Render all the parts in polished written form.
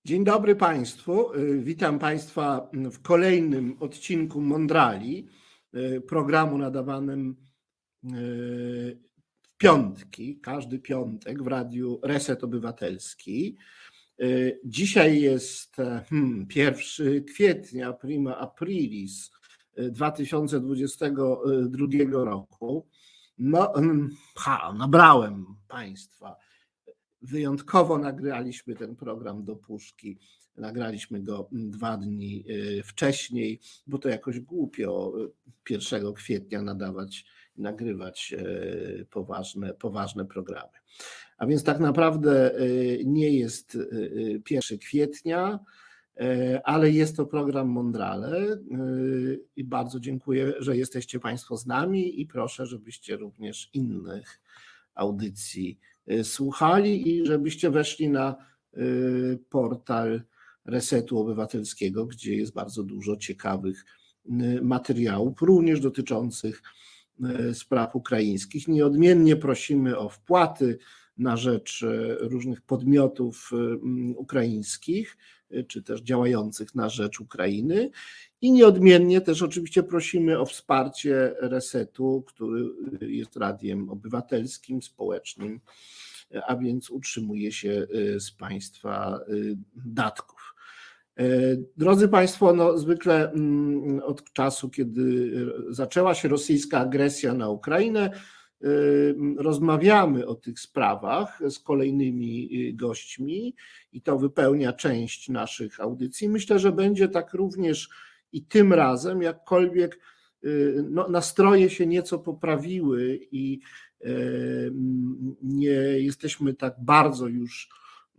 Dzień dobry Państwu. Witam Państwa w kolejnym odcinku Mondrali, programu nadawanym w piątki, każdy piątek w Radiu Reset Obywatelski. Dzisiaj jest 1 kwietnia, prima aprilis 2022 roku. Nabrałem Państwa. Wyjątkowo nagraliśmy ten program do puszki. Nagraliśmy go 2 dni wcześniej, bo to jakoś głupio 1 kwietnia nagrywać poważne programy. A więc tak naprawdę nie jest 1 kwietnia, ale jest to program Mondrale i bardzo dziękuję, że jesteście Państwo z nami i proszę, żebyście również innych audycji słuchali i żebyście weszli na portal Resetu Obywatelskiego, gdzie jest bardzo dużo ciekawych materiałów, również dotyczących spraw ukraińskich. Nieodmiennie prosimy o wpłaty na rzecz różnych podmiotów ukraińskich, czy też działających na rzecz Ukrainy. I nieodmiennie też oczywiście prosimy o wsparcie Resetu, który jest radiem obywatelskim, społecznym, a więc utrzymuje się z Państwa datków. Drodzy Państwo, zwykle od czasu, kiedy zaczęła się rosyjska agresja na Ukrainę, rozmawiamy o tych sprawach z kolejnymi gośćmi i to wypełnia część naszych audycji. Myślę, że będzie tak również i tym razem, jakkolwiek nastroje się nieco poprawiły i nie jesteśmy tak bardzo już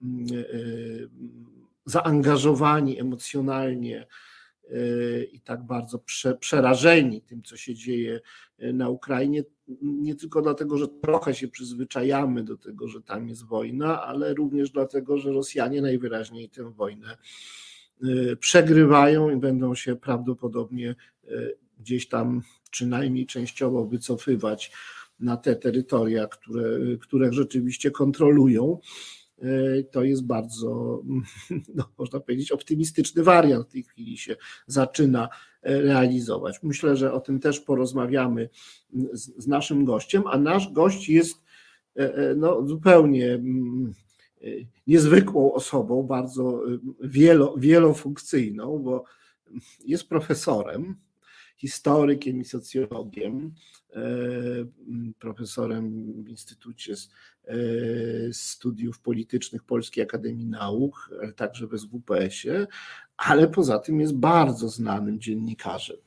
zaangażowani emocjonalnie i tak bardzo przerażeni tym, co się dzieje na Ukrainie, nie tylko dlatego, że trochę się przyzwyczajamy do tego, że tam jest wojna, ale również dlatego, że Rosjanie najwyraźniej tę wojnę przegrywają i będą się prawdopodobnie gdzieś tam przynajmniej częściowo wycofywać na te terytoria, które rzeczywiście kontrolują. To jest bardzo, można powiedzieć, optymistyczny wariant w tej chwili się zaczyna realizować. Myślę, że o tym też porozmawiamy z naszym gościem, a nasz gość jest zupełnie niezwykłą osobą, bardzo wielofunkcyjną, bo jest profesorem, historykiem i socjologiem, profesorem w Instytucie Studiów Politycznych Polskiej Akademii Nauk, także w SWPS-ie, ale poza tym jest bardzo znanym dziennikarzem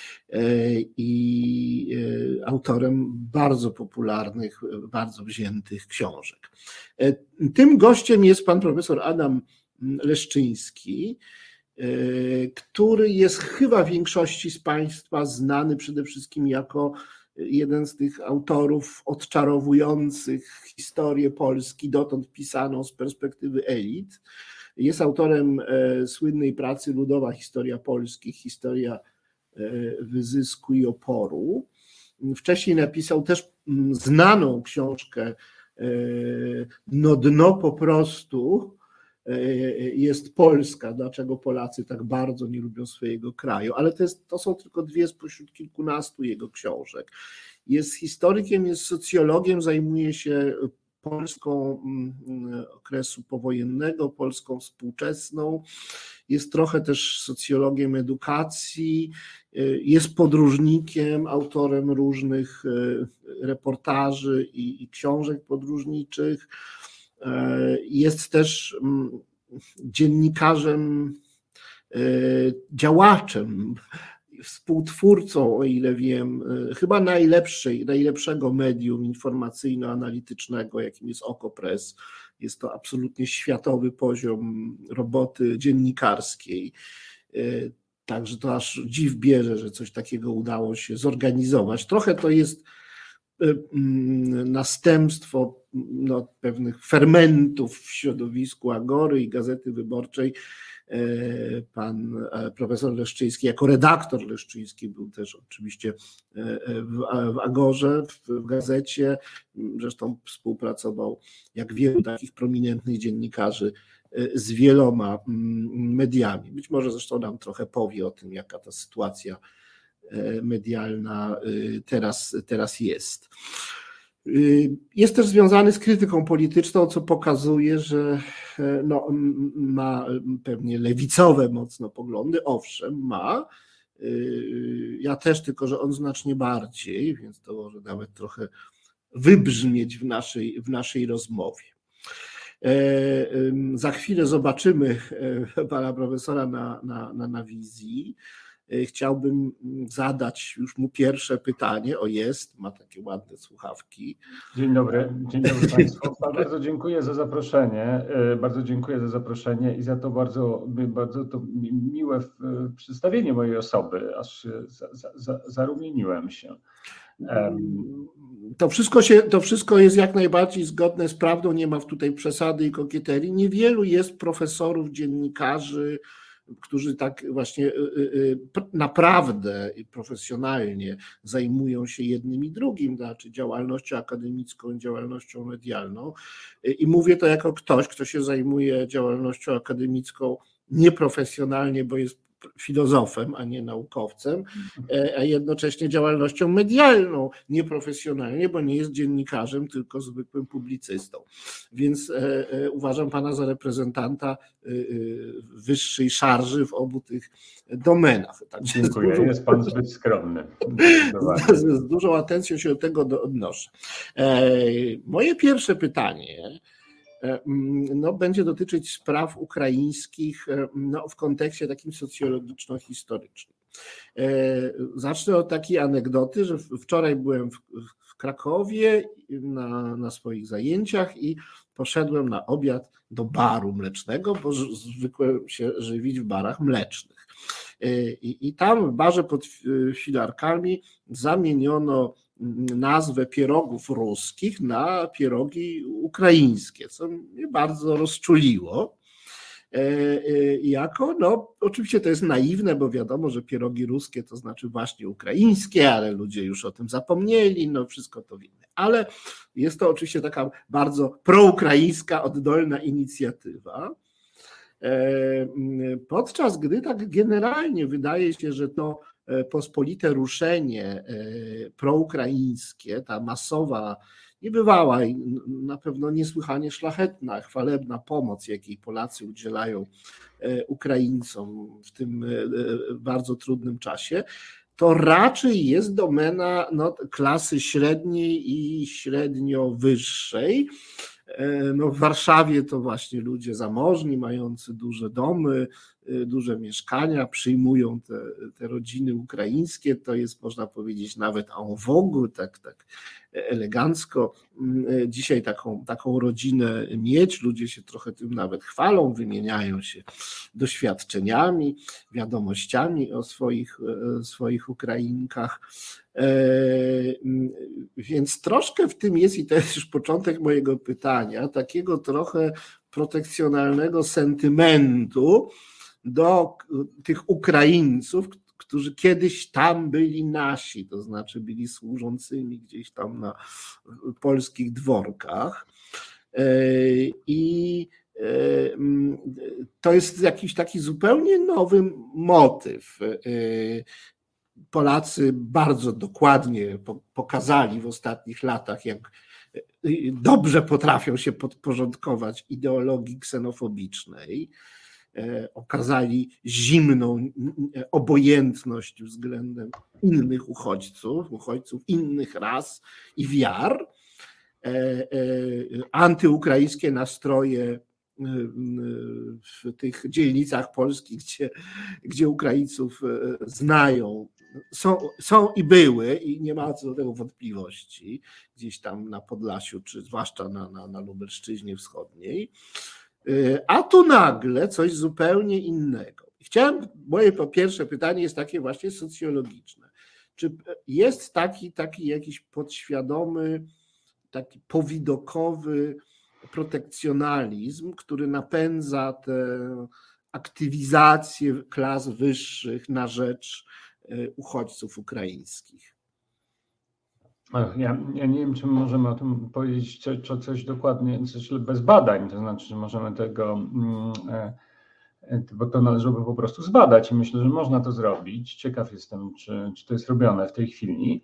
i autorem bardzo popularnych, bardzo wziętych książek. Tym gościem jest pan profesor Adam Leszczyński, który jest chyba większości z Państwa znany przede wszystkim jako jeden z tych autorów odczarowujących historię Polski, dotąd pisaną z perspektywy elit. Jest autorem słynnej pracy Ludowa Historia Polski, historia wyzysku i oporu. Wcześniej napisał też znaną książkę Dno po prostu jest Polska, dlaczego Polacy tak bardzo nie lubią swojego kraju, ale to są tylko 2 spośród kilkunastu jego książek. Jest historykiem, jest socjologiem, zajmuje się Polską okresu powojennego, Polską współczesną, jest trochę też socjologiem edukacji, jest podróżnikiem, autorem różnych reportaży i książek podróżniczych. Jest też dziennikarzem, działaczem, współtwórcą, o ile wiem, chyba najlepszego medium informacyjno-analitycznego, jakim jest Okopres. Jest to absolutnie światowy poziom roboty dziennikarskiej. Także to aż dziw bierze, że coś takiego udało się zorganizować. Trochę to jest następstwo pewnych fermentów w środowisku Agory i Gazety Wyborczej, Pan profesor Leszczyński, jako redaktor Leszczyński był też oczywiście w Agorze, w gazecie, zresztą współpracował, jak wielu takich prominentnych dziennikarzy, z wieloma mediami. Być może zresztą nam trochę powie o tym, jaka ta sytuacja medialna teraz jest. Jest też związany z krytyką polityczną, co pokazuje, że ma pewnie lewicowe mocno poglądy. Owszem, ma. Ja też, tylko że on znacznie bardziej, więc to może nawet trochę wybrzmieć w naszej rozmowie. Za chwilę zobaczymy pana profesora na wizji. Chciałbym zadać już mu pierwsze pytanie. Ma takie ładne słuchawki. Dzień dobry Państwu. Bardzo dziękuję za zaproszenie. Bardzo dziękuję za zaproszenie i za to bardzo to miłe przedstawienie mojej osoby. Aż zarumieniłem się. To wszystko jest jak najbardziej zgodne z prawdą, nie ma tutaj przesady i kokieterii. Niewielu jest profesorów, dziennikarzy, którzy tak właśnie naprawdę profesjonalnie zajmują się jednym i drugim, znaczy działalnością akademicką, działalnością medialną. I mówię to jako ktoś, kto się zajmuje działalnością akademicką nieprofesjonalnie, bo jest filozofem, a nie naukowcem, a jednocześnie działalnością medialną nieprofesjonalnie, bo nie jest dziennikarzem, tylko zwykłym publicystą. Więc uważam pana za reprezentanta wyższej szarży w obu tych domenach. Także dziękuję, jest pan zbyt skromny. Z dużą atencją się do tego odnoszę. Moje pierwsze pytanie będzie dotyczyć spraw ukraińskich w kontekście takim socjologiczno-historycznym. Zacznę od takiej anegdoty, że wczoraj byłem w Krakowie na swoich zajęciach i poszedłem na obiad do baru mlecznego, bo zwykłem się żywić w barach mlecznych. I tam w barze pod Filarkami zamieniono nazwę pierogów ruskich na pierogi ukraińskie, co mnie bardzo rozczuliło. Oczywiście to jest naiwne, bo wiadomo, że pierogi ruskie to znaczy właśnie ukraińskie, ale ludzie już o tym zapomnieli, wszystko to wiemy. Ale jest to oczywiście taka bardzo proukraińska, oddolna inicjatywa. Podczas gdy tak generalnie wydaje się, że to pospolite ruszenie proukraińskie, ta masowa, niebywała i na pewno niesłychanie szlachetna, chwalebna pomoc, jakiej Polacy udzielają Ukraińcom w tym bardzo trudnym czasie, to raczej jest domena klasy średniej i średnio wyższej. W Warszawie to właśnie ludzie zamożni, mający duże domy, duże mieszkania, przyjmują te rodziny ukraińskie. To jest, można powiedzieć, nawet en vogue, tak elegancko dzisiaj taką rodzinę mieć. Ludzie się trochę tym nawet chwalą, wymieniają się doświadczeniami, wiadomościami o swoich Ukrainkach. Więc troszkę w tym jest, i to jest już początek mojego pytania, takiego trochę protekcjonalnego sentymentu do tych Ukraińców, którzy kiedyś tam byli nasi, to znaczy byli służącymi gdzieś tam na polskich dworkach. I to jest jakiś taki zupełnie nowy motyw. Polacy bardzo dokładnie pokazali w ostatnich latach, jak dobrze potrafią się podporządkować ideologii ksenofobicznej. Okazali zimną obojętność względem innych uchodźców innych ras i wiar. Antyukraińskie nastroje w tych dzielnicach polskich, gdzie Ukraińców znają, są i były, i nie ma co do tego wątpliwości, gdzieś tam na Podlasiu, czy zwłaszcza na Lubelszczyźnie Wschodniej. A tu nagle coś zupełnie innego. Moje pierwsze pytanie jest takie właśnie socjologiczne. Czy jest taki jakiś podświadomy, taki powidokowy protekcjonalizm, który napędza tę aktywizację klas wyższych na rzecz uchodźców ukraińskich. Ja nie wiem, czy możemy o tym powiedzieć coś dokładnie, coś bez badań, to znaczy, że możemy tego, bo to należałoby po prostu zbadać i myślę, że można to zrobić. Ciekaw jestem, czy to jest robione w tej chwili.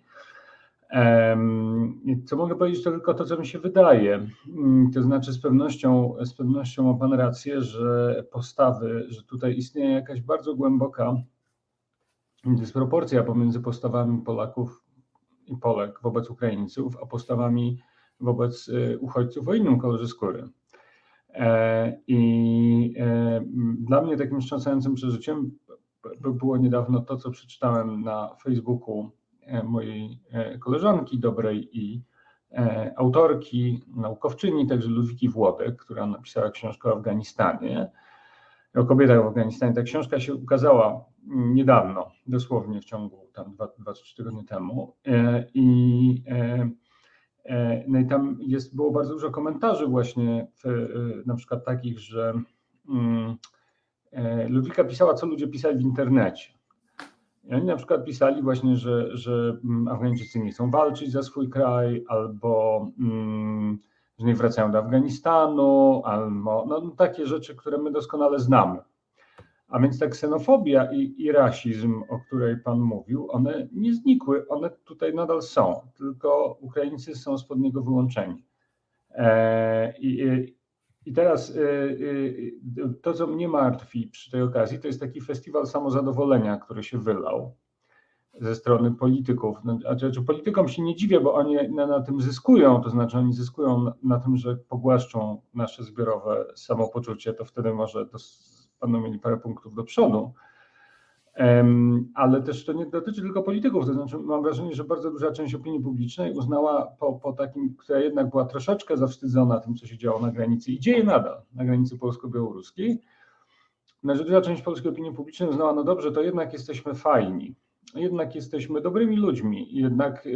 Co mogę powiedzieć, to tylko to, co mi się wydaje. To znaczy z pewnością ma Pan rację, że tutaj istnieje jakaś bardzo głęboka dysproporcja pomiędzy postawami Polaków i Polek wobec Ukraińców, a postawami wobec uchodźców o innym kolorze skóry. I dla mnie takim wstrząsającym przeżyciem było niedawno to, co przeczytałem na Facebooku mojej koleżanki dobrej i autorki, naukowczyni, także Ludwiki Włodek, która napisała książkę o Afganistanie, o kobietach w Afganistanie. Ta książka się ukazała niedawno, dosłownie w ciągu tam 2-3 tygodnie temu. No i tam było bardzo dużo komentarzy właśnie, na przykład takich, że Ludwika pisała, co ludzie pisali w internecie. I oni na przykład pisali właśnie, że Afgańczycy nie chcą walczyć za swój kraj, albo że nie wracają do Afganistanu, albo takie rzeczy, które my doskonale znamy. A więc ta ksenofobia i rasizm, o której Pan mówił, one nie znikły, one tutaj nadal są, tylko Ukraińcy są spod niego wyłączeni. I teraz to, co mnie martwi przy tej okazji, to jest taki festiwal samozadowolenia, który się wylał ze strony polityków. Znaczy, politykom się nie dziwię, bo oni na tym zyskują, to znaczy oni zyskują na tym, że pogłaszczą nasze zbiorowe samopoczucie, to wtedy może będą mieli parę punktów do przodu. Ale też to nie dotyczy tylko polityków, to znaczy mam wrażenie, że bardzo duża część opinii publicznej uznała po takim, która jednak była troszeczkę zawstydzona tym, co się działo na granicy i dzieje nadal na granicy polsko-białoruskiej, że duża część polskiej opinii publicznej uznała, no dobrze, to jednak jesteśmy fajni, jednak jesteśmy dobrymi ludźmi, jednak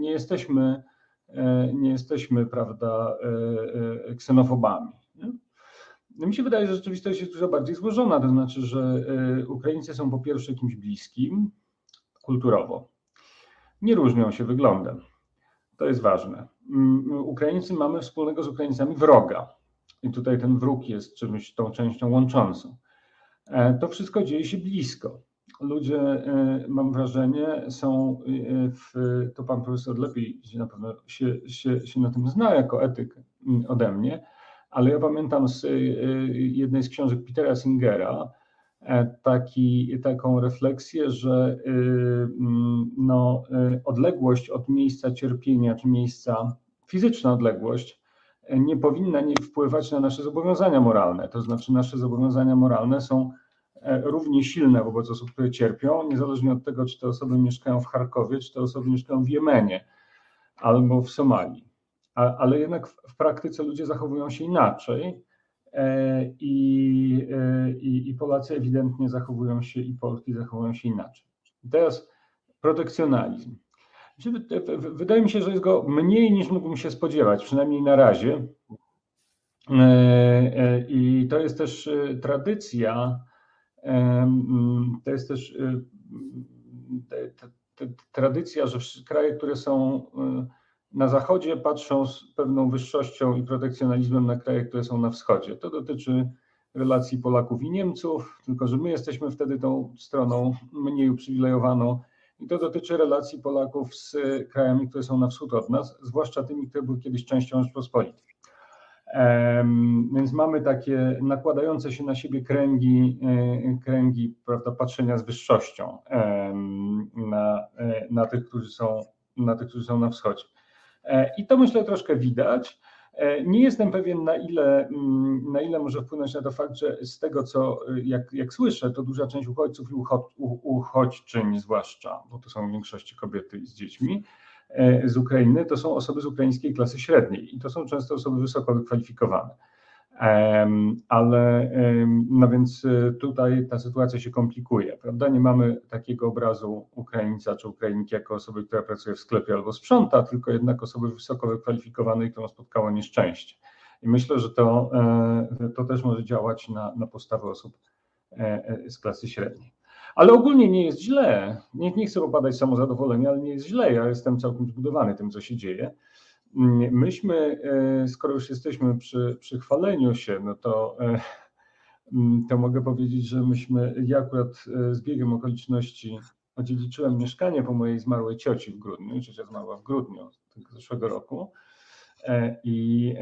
nie jesteśmy, prawda, ksenofobami. Nie? No mi się wydaje, że rzeczywistość jest dużo bardziej złożona, to znaczy, że Ukraińcy są po pierwsze kimś bliskim kulturowo. Nie różnią się wyglądem. To jest ważne. Ukraińcy mamy wspólnego z Ukraińcami wroga. I tutaj ten wróg jest czymś, tą częścią łączącą. To wszystko dzieje się blisko. Ludzie, mam wrażenie, są to pan profesor lepiej na pewno się na tym zna jako etyk ode mnie, ale ja pamiętam z jednej z książek Petera Singera taką refleksję, że odległość od miejsca cierpienia, czy miejsca, fizyczna odległość nie powinna wpływać na nasze zobowiązania moralne. To znaczy nasze zobowiązania moralne są równie silne wobec osób, które cierpią, niezależnie od tego, czy te osoby mieszkają w Charkowie, czy te osoby mieszkają w Jemenie albo w Somalii. Ale jednak w praktyce ludzie zachowują się inaczej i Polacy ewidentnie zachowują się i Polki zachowują się inaczej. I teraz protekcjonalizm. Wydaje mi się, że jest go mniej niż mógłbym się spodziewać, przynajmniej na razie. I to jest też tradycja, tradycja, że kraje, które są na zachodzie, patrzą z pewną wyższością i protekcjonalizmem na kraje, które są na wschodzie. To dotyczy relacji Polaków i Niemców, tylko że my jesteśmy wtedy tą stroną mniej uprzywilejowaną. I to dotyczy relacji Polaków z krajami, które są na wschód od nas, zwłaszcza tymi, które były kiedyś częścią Rzeczypospolitej. Więc mamy takie nakładające się na siebie kręgi, prawda, patrzenia z wyższością na tych, którzy są na wschodzie. I to myślę troszkę widać. Nie jestem pewien, na ile może wpłynąć na to fakt, że z tego, co jak słyszę, to duża część uchodźców i uchodźczyń zwłaszcza, bo to są w większości kobiety z dziećmi, z Ukrainy, to są osoby z ukraińskiej klasy średniej i to są często osoby wysoko wykwalifikowane. Ale no więc tutaj ta sytuacja się komplikuje, prawda? Nie mamy takiego obrazu Ukraińca czy Ukrainki jako osoby, która pracuje w sklepie albo sprząta, tylko jednak osoby wysoko wykwalifikowanej, którą spotkało nieszczęście. I myślę, że to też może działać na postawę osób z klasy średniej. Ale ogólnie nie jest źle. Nie chcę popadać w samozadowolenie, ale nie jest źle. Ja jestem całkiem zbudowany tym, co się dzieje. Myśmy, skoro już jesteśmy przy chwaleniu się, no to mogę powiedzieć, że ja akurat z biegiem okoliczności odziedziczyłem mieszkanie po mojej zmarłej cioci w grudniu. Ciocia zmarła w grudniu zeszłego roku. I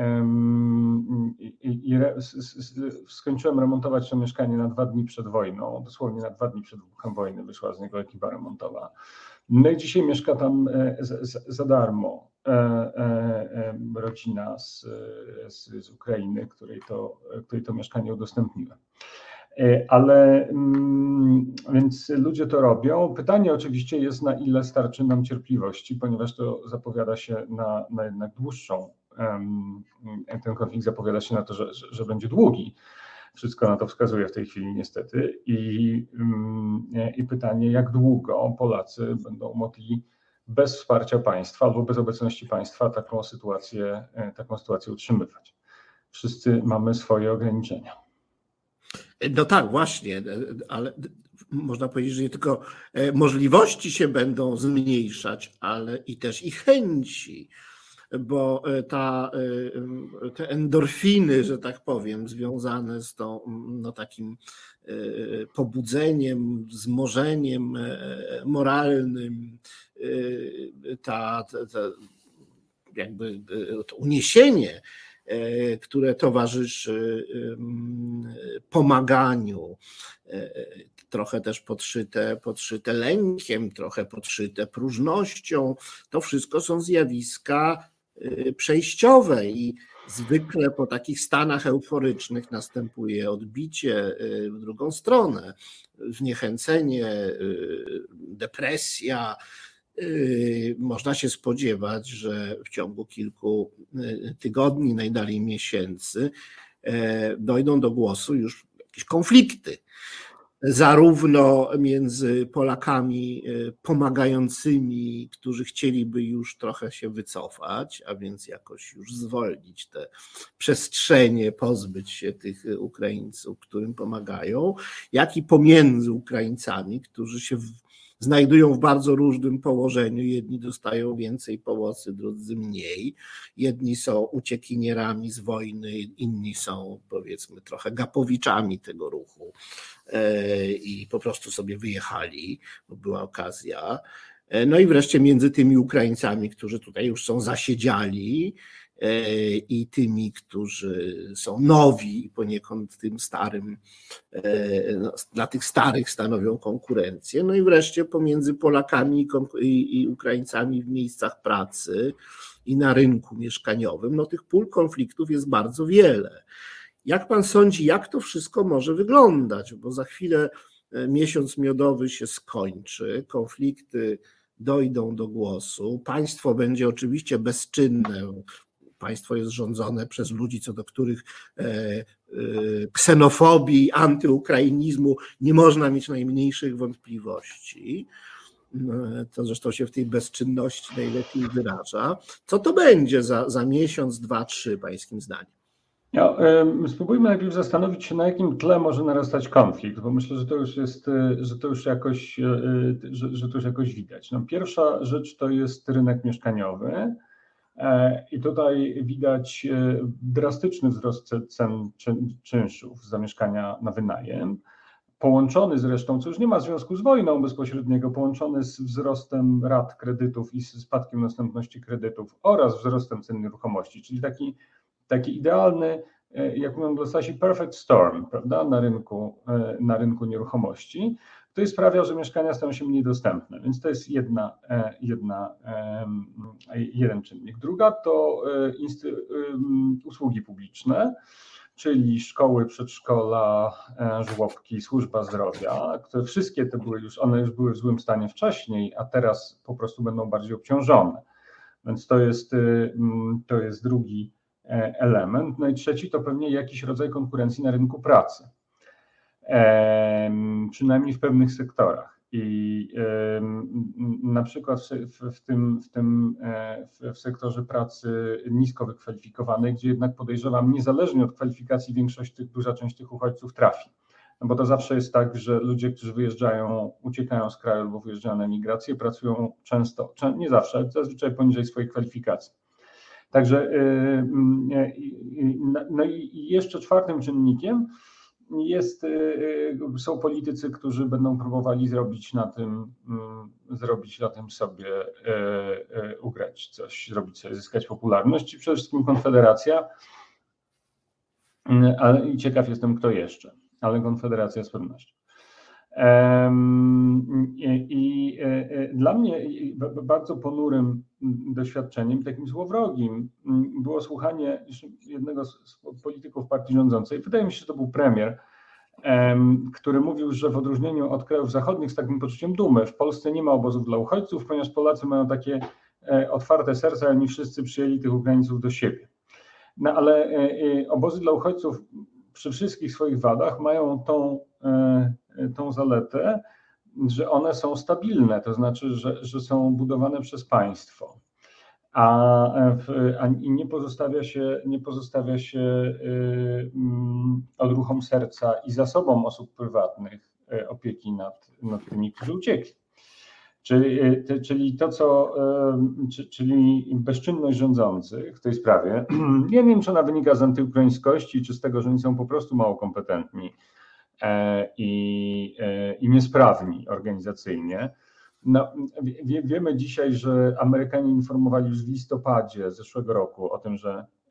skończyłem remontować to mieszkanie na 2 dni przed wojną, dosłownie na 2 dni przed wybuchem wojny wyszła z niego ekipa remontowa. No i dzisiaj mieszka tam za darmo rodzina z Ukrainy, której to mieszkanie udostępniłem. Ale więc ludzie to robią. Pytanie oczywiście jest, na ile starczy nam cierpliwości, ponieważ to zapowiada się na jednak dłuższą, ten konflikt zapowiada się na to, że będzie długi. Wszystko na to wskazuje w tej chwili niestety. I pytanie, jak długo Polacy będą mogli bez wsparcia państwa albo bez obecności państwa taką sytuację utrzymywać. Wszyscy mamy swoje ograniczenia. No tak, właśnie, ale można powiedzieć, że nie tylko możliwości się będą zmniejszać, ale i też i chęci, bo te endorfiny, że tak powiem, związane z tą takim pobudzeniem, wzmożeniem moralnym, jakby to uniesienie, które towarzyszy pomaganiu, trochę też podszyte lękiem, trochę podszyte próżnością. To wszystko są zjawiska przejściowe i zwykle po takich stanach euforycznych następuje odbicie w drugą stronę, zniechęcenie, depresja. Można się spodziewać, że w ciągu kilku tygodni, najdalej miesięcy, dojdą do głosu już jakieś konflikty, zarówno między Polakami pomagającymi, którzy chcieliby już trochę się wycofać, a więc jakoś już zwolnić te przestrzenie, pozbyć się tych Ukraińców, którym pomagają, jak i pomiędzy Ukraińcami, którzy się znajdują w bardzo różnym położeniu. Jedni dostają więcej pomocy, drudzy mniej. Jedni są uciekinierami z wojny, inni są, powiedzmy, trochę gapowiczami tego ruchu i po prostu sobie wyjechali, bo była okazja. No i wreszcie między tymi Ukraińcami, którzy tutaj już są zasiedziali, i tymi, którzy są nowi i poniekąd tym starym, dla tych starych stanowią konkurencję. No i wreszcie pomiędzy Polakami i Ukraińcami w miejscach pracy i na rynku mieszkaniowym. No tych pól konfliktów jest bardzo wiele. Jak pan sądzi, jak to wszystko może wyglądać? Bo za chwilę miesiąc miodowy się skończy, konflikty dojdą do głosu, państwo będzie oczywiście bezczynne. Państwo jest rządzone przez ludzi, co do których ksenofobii, antyukrainizmu nie można mieć najmniejszych wątpliwości. To zresztą się w tej bezczynności najlepiej wyraża. Co to będzie za miesiąc, 2, 3 pańskim zdaniem? Spróbujmy najpierw zastanowić się, na jakim tle może narastać konflikt, bo myślę, że to już jakoś widać. No, pierwsza rzecz to jest rynek mieszkaniowy. I tutaj widać drastyczny wzrost cen czynszów za mieszkania na wynajem, połączony zresztą, co już nie ma związku z wojną bezpośredniego, połączony z wzrostem rat kredytów i z spadkiem dostępności kredytów oraz wzrostem cen nieruchomości, czyli taki idealny, jak mówią Anglosasi, perfect storm, prawda, na rynku nieruchomości. To sprawia, że mieszkania stają się mniej dostępne, więc to jest jeden czynnik. Druga to usługi publiczne, czyli szkoły, przedszkola, żłobki, służba zdrowia, które wszystkie one już były w złym stanie wcześniej, a teraz po prostu będą bardziej obciążone. Więc to jest drugi element. No i trzeci to pewnie jakiś rodzaj konkurencji na rynku pracy. Przynajmniej w pewnych sektorach. I na przykład w sektorze pracy nisko wykwalifikowanej, gdzie jednak podejrzewam, niezależnie od kwalifikacji duża część tych uchodźców trafi. bo to zawsze jest tak, że ludzie, którzy wyjeżdżają, uciekają z kraju albo wyjeżdżają na emigrację, pracują często, nie zawsze, ale zazwyczaj poniżej swoich kwalifikacji. Także no i jeszcze czwartym czynnikiem są politycy, którzy będą próbowali zrobić na tym sobie ugrać coś, zrobić sobie, zyskać popularność i przede wszystkim Konfederacja, ale i ciekaw jestem kto jeszcze, ale Konfederacja z pewnością. I dla mnie bardzo ponurym doświadczeniem, takim złowrogim, było słuchanie jednego z polityków partii rządzącej. Wydaje mi się, że to był premier, który mówił, że w odróżnieniu od krajów zachodnich z takim poczuciem dumy w Polsce nie ma obozów dla uchodźców, ponieważ Polacy mają takie otwarte serca, oni wszyscy przyjęli tych Ukraińców do siebie. No ale obozy dla uchodźców przy wszystkich swoich wadach mają tą zaletę, że one są stabilne, to znaczy, że są budowane przez państwo, i nie pozostawia się odruchom serca i zasobom osób prywatnych opieki nad tymi, którzy uciekli. Czyli czyli bezczynność rządzących w tej sprawie, ja nie wiem, czy ona wynika z antyukraińskości, czy z tego, że oni są po prostu mało kompetentni i niesprawni organizacyjnie. No, wiemy dzisiaj, że Amerykanie informowali już w listopadzie zeszłego roku o tym,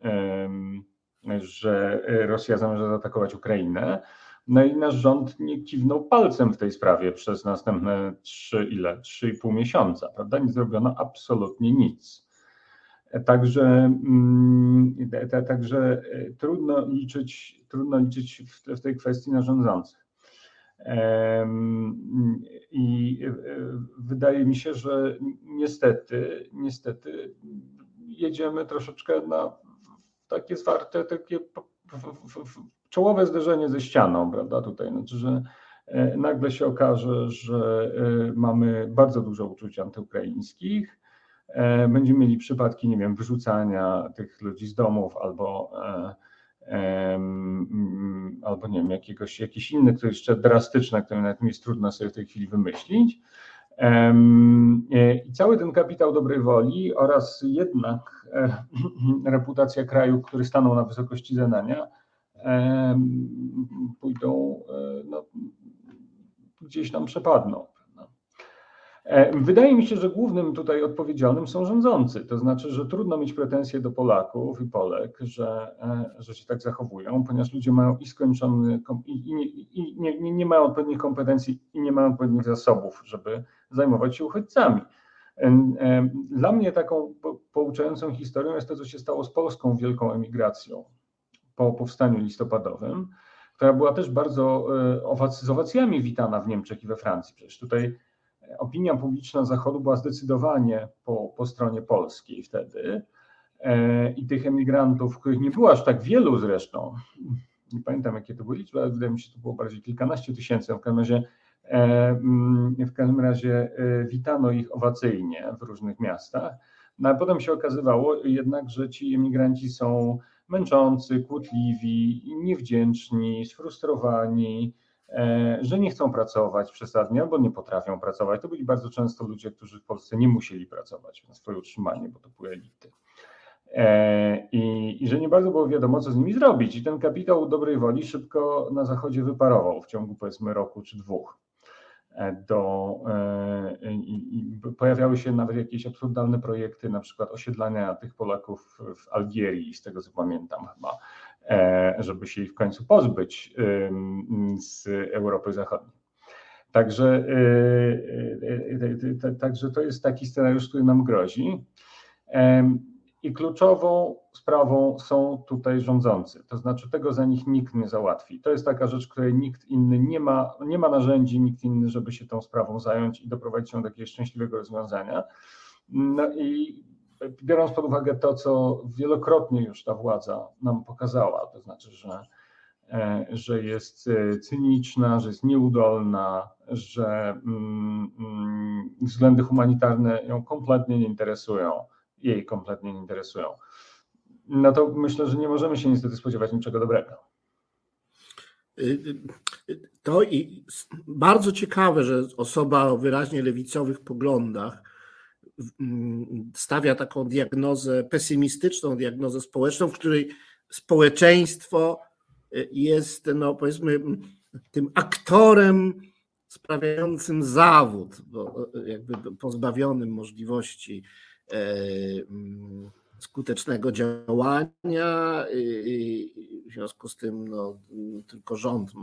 że Rosja zamierza zaatakować Ukrainę. No i nasz rząd nie kiwnął palcem w tej sprawie przez następne 3,5 miesiąca, prawda? Nie zrobiono absolutnie nic. Także trudno liczyć w tej kwestii na rządzących. I wydaje mi się, że niestety jedziemy troszeczkę na takie zwarte, takie czołowe zderzenie ze ścianą, prawda, tutaj, znaczy, że nagle się okaże, że mamy bardzo dużo uczuć antyukraińskich, będziemy mieli przypadki, nie wiem, wyrzucania tych ludzi z domów albo nie wiem, jakieś inne, które jeszcze drastyczne, które nawet mi jest trudno sobie w tej chwili wymyślić. I cały ten kapitał dobrej woli oraz jednak reputacja kraju, który stanął na wysokości zadania, pójdą, gdzieś tam przepadną. Wydaje mi się, że głównym tutaj odpowiedzialnym są rządzący, to znaczy, że trudno mieć pretensje do Polaków i Polek, że się tak zachowują, ponieważ ludzie mają nie mają odpowiednich kompetencji i nie mają odpowiednich zasobów, żeby zajmować się uchodźcami. Dla mnie taką pouczającą historią jest to, co się stało z polską wielką emigracją po powstaniu listopadowym, która była też bardzo z owacjami witana w Niemczech i we Francji. Przecież tutaj opinia publiczna Zachodu była zdecydowanie po stronie polskiej wtedy i tych emigrantów, których nie było aż tak wielu zresztą, nie pamiętam jakie to były liczby, ale wydaje mi się, że to było bardziej kilkanaście tysięcy, w każdym razie witano ich owacyjnie w różnych miastach, no a potem się okazywało jednak, że ci emigranci są męczący, kłótliwi, niewdzięczni, sfrustrowani, że nie chcą pracować przesadnie albo nie potrafią pracować. To byli bardzo często ludzie, którzy w Polsce nie musieli pracować na swoje utrzymanie, bo to były elity. I że nie bardzo było wiadomo, co z nimi zrobić. I ten kapitał dobrej woli szybko na Zachodzie wyparował w ciągu, powiedzmy, roku czy dwóch. Pojawiały się nawet jakieś absurdalne projekty, na przykład osiedlania tych Polaków w Algierii, z tego co pamiętam chyba, żeby się ich w końcu pozbyć z Europy Zachodniej. Także to jest taki scenariusz, który nam grozi. I kluczową sprawą są tutaj rządzący, to znaczy tego za nich nikt nie załatwi. To jest taka rzecz, której nikt inny nie ma narzędzi, nikt inny, żeby się tą sprawą zająć i doprowadzić ją do jakiegoś szczęśliwego rozwiązania. No i biorąc pod uwagę to, co wielokrotnie już ta władza nam pokazała, to znaczy, że jest cyniczna, że jest nieudolna, że względy humanitarne ją kompletnie nie interesują, no to myślę, że nie możemy się niestety spodziewać niczego dobrego. To i bardzo ciekawe, że osoba o wyraźnie lewicowych poglądach stawia taką diagnozę, pesymistyczną diagnozę społeczną, w której społeczeństwo jest, no powiedzmy, tym aktorem sprawiającym zawód, bo jakby pozbawionym możliwości skutecznego działania i w związku z tym no, tylko rząd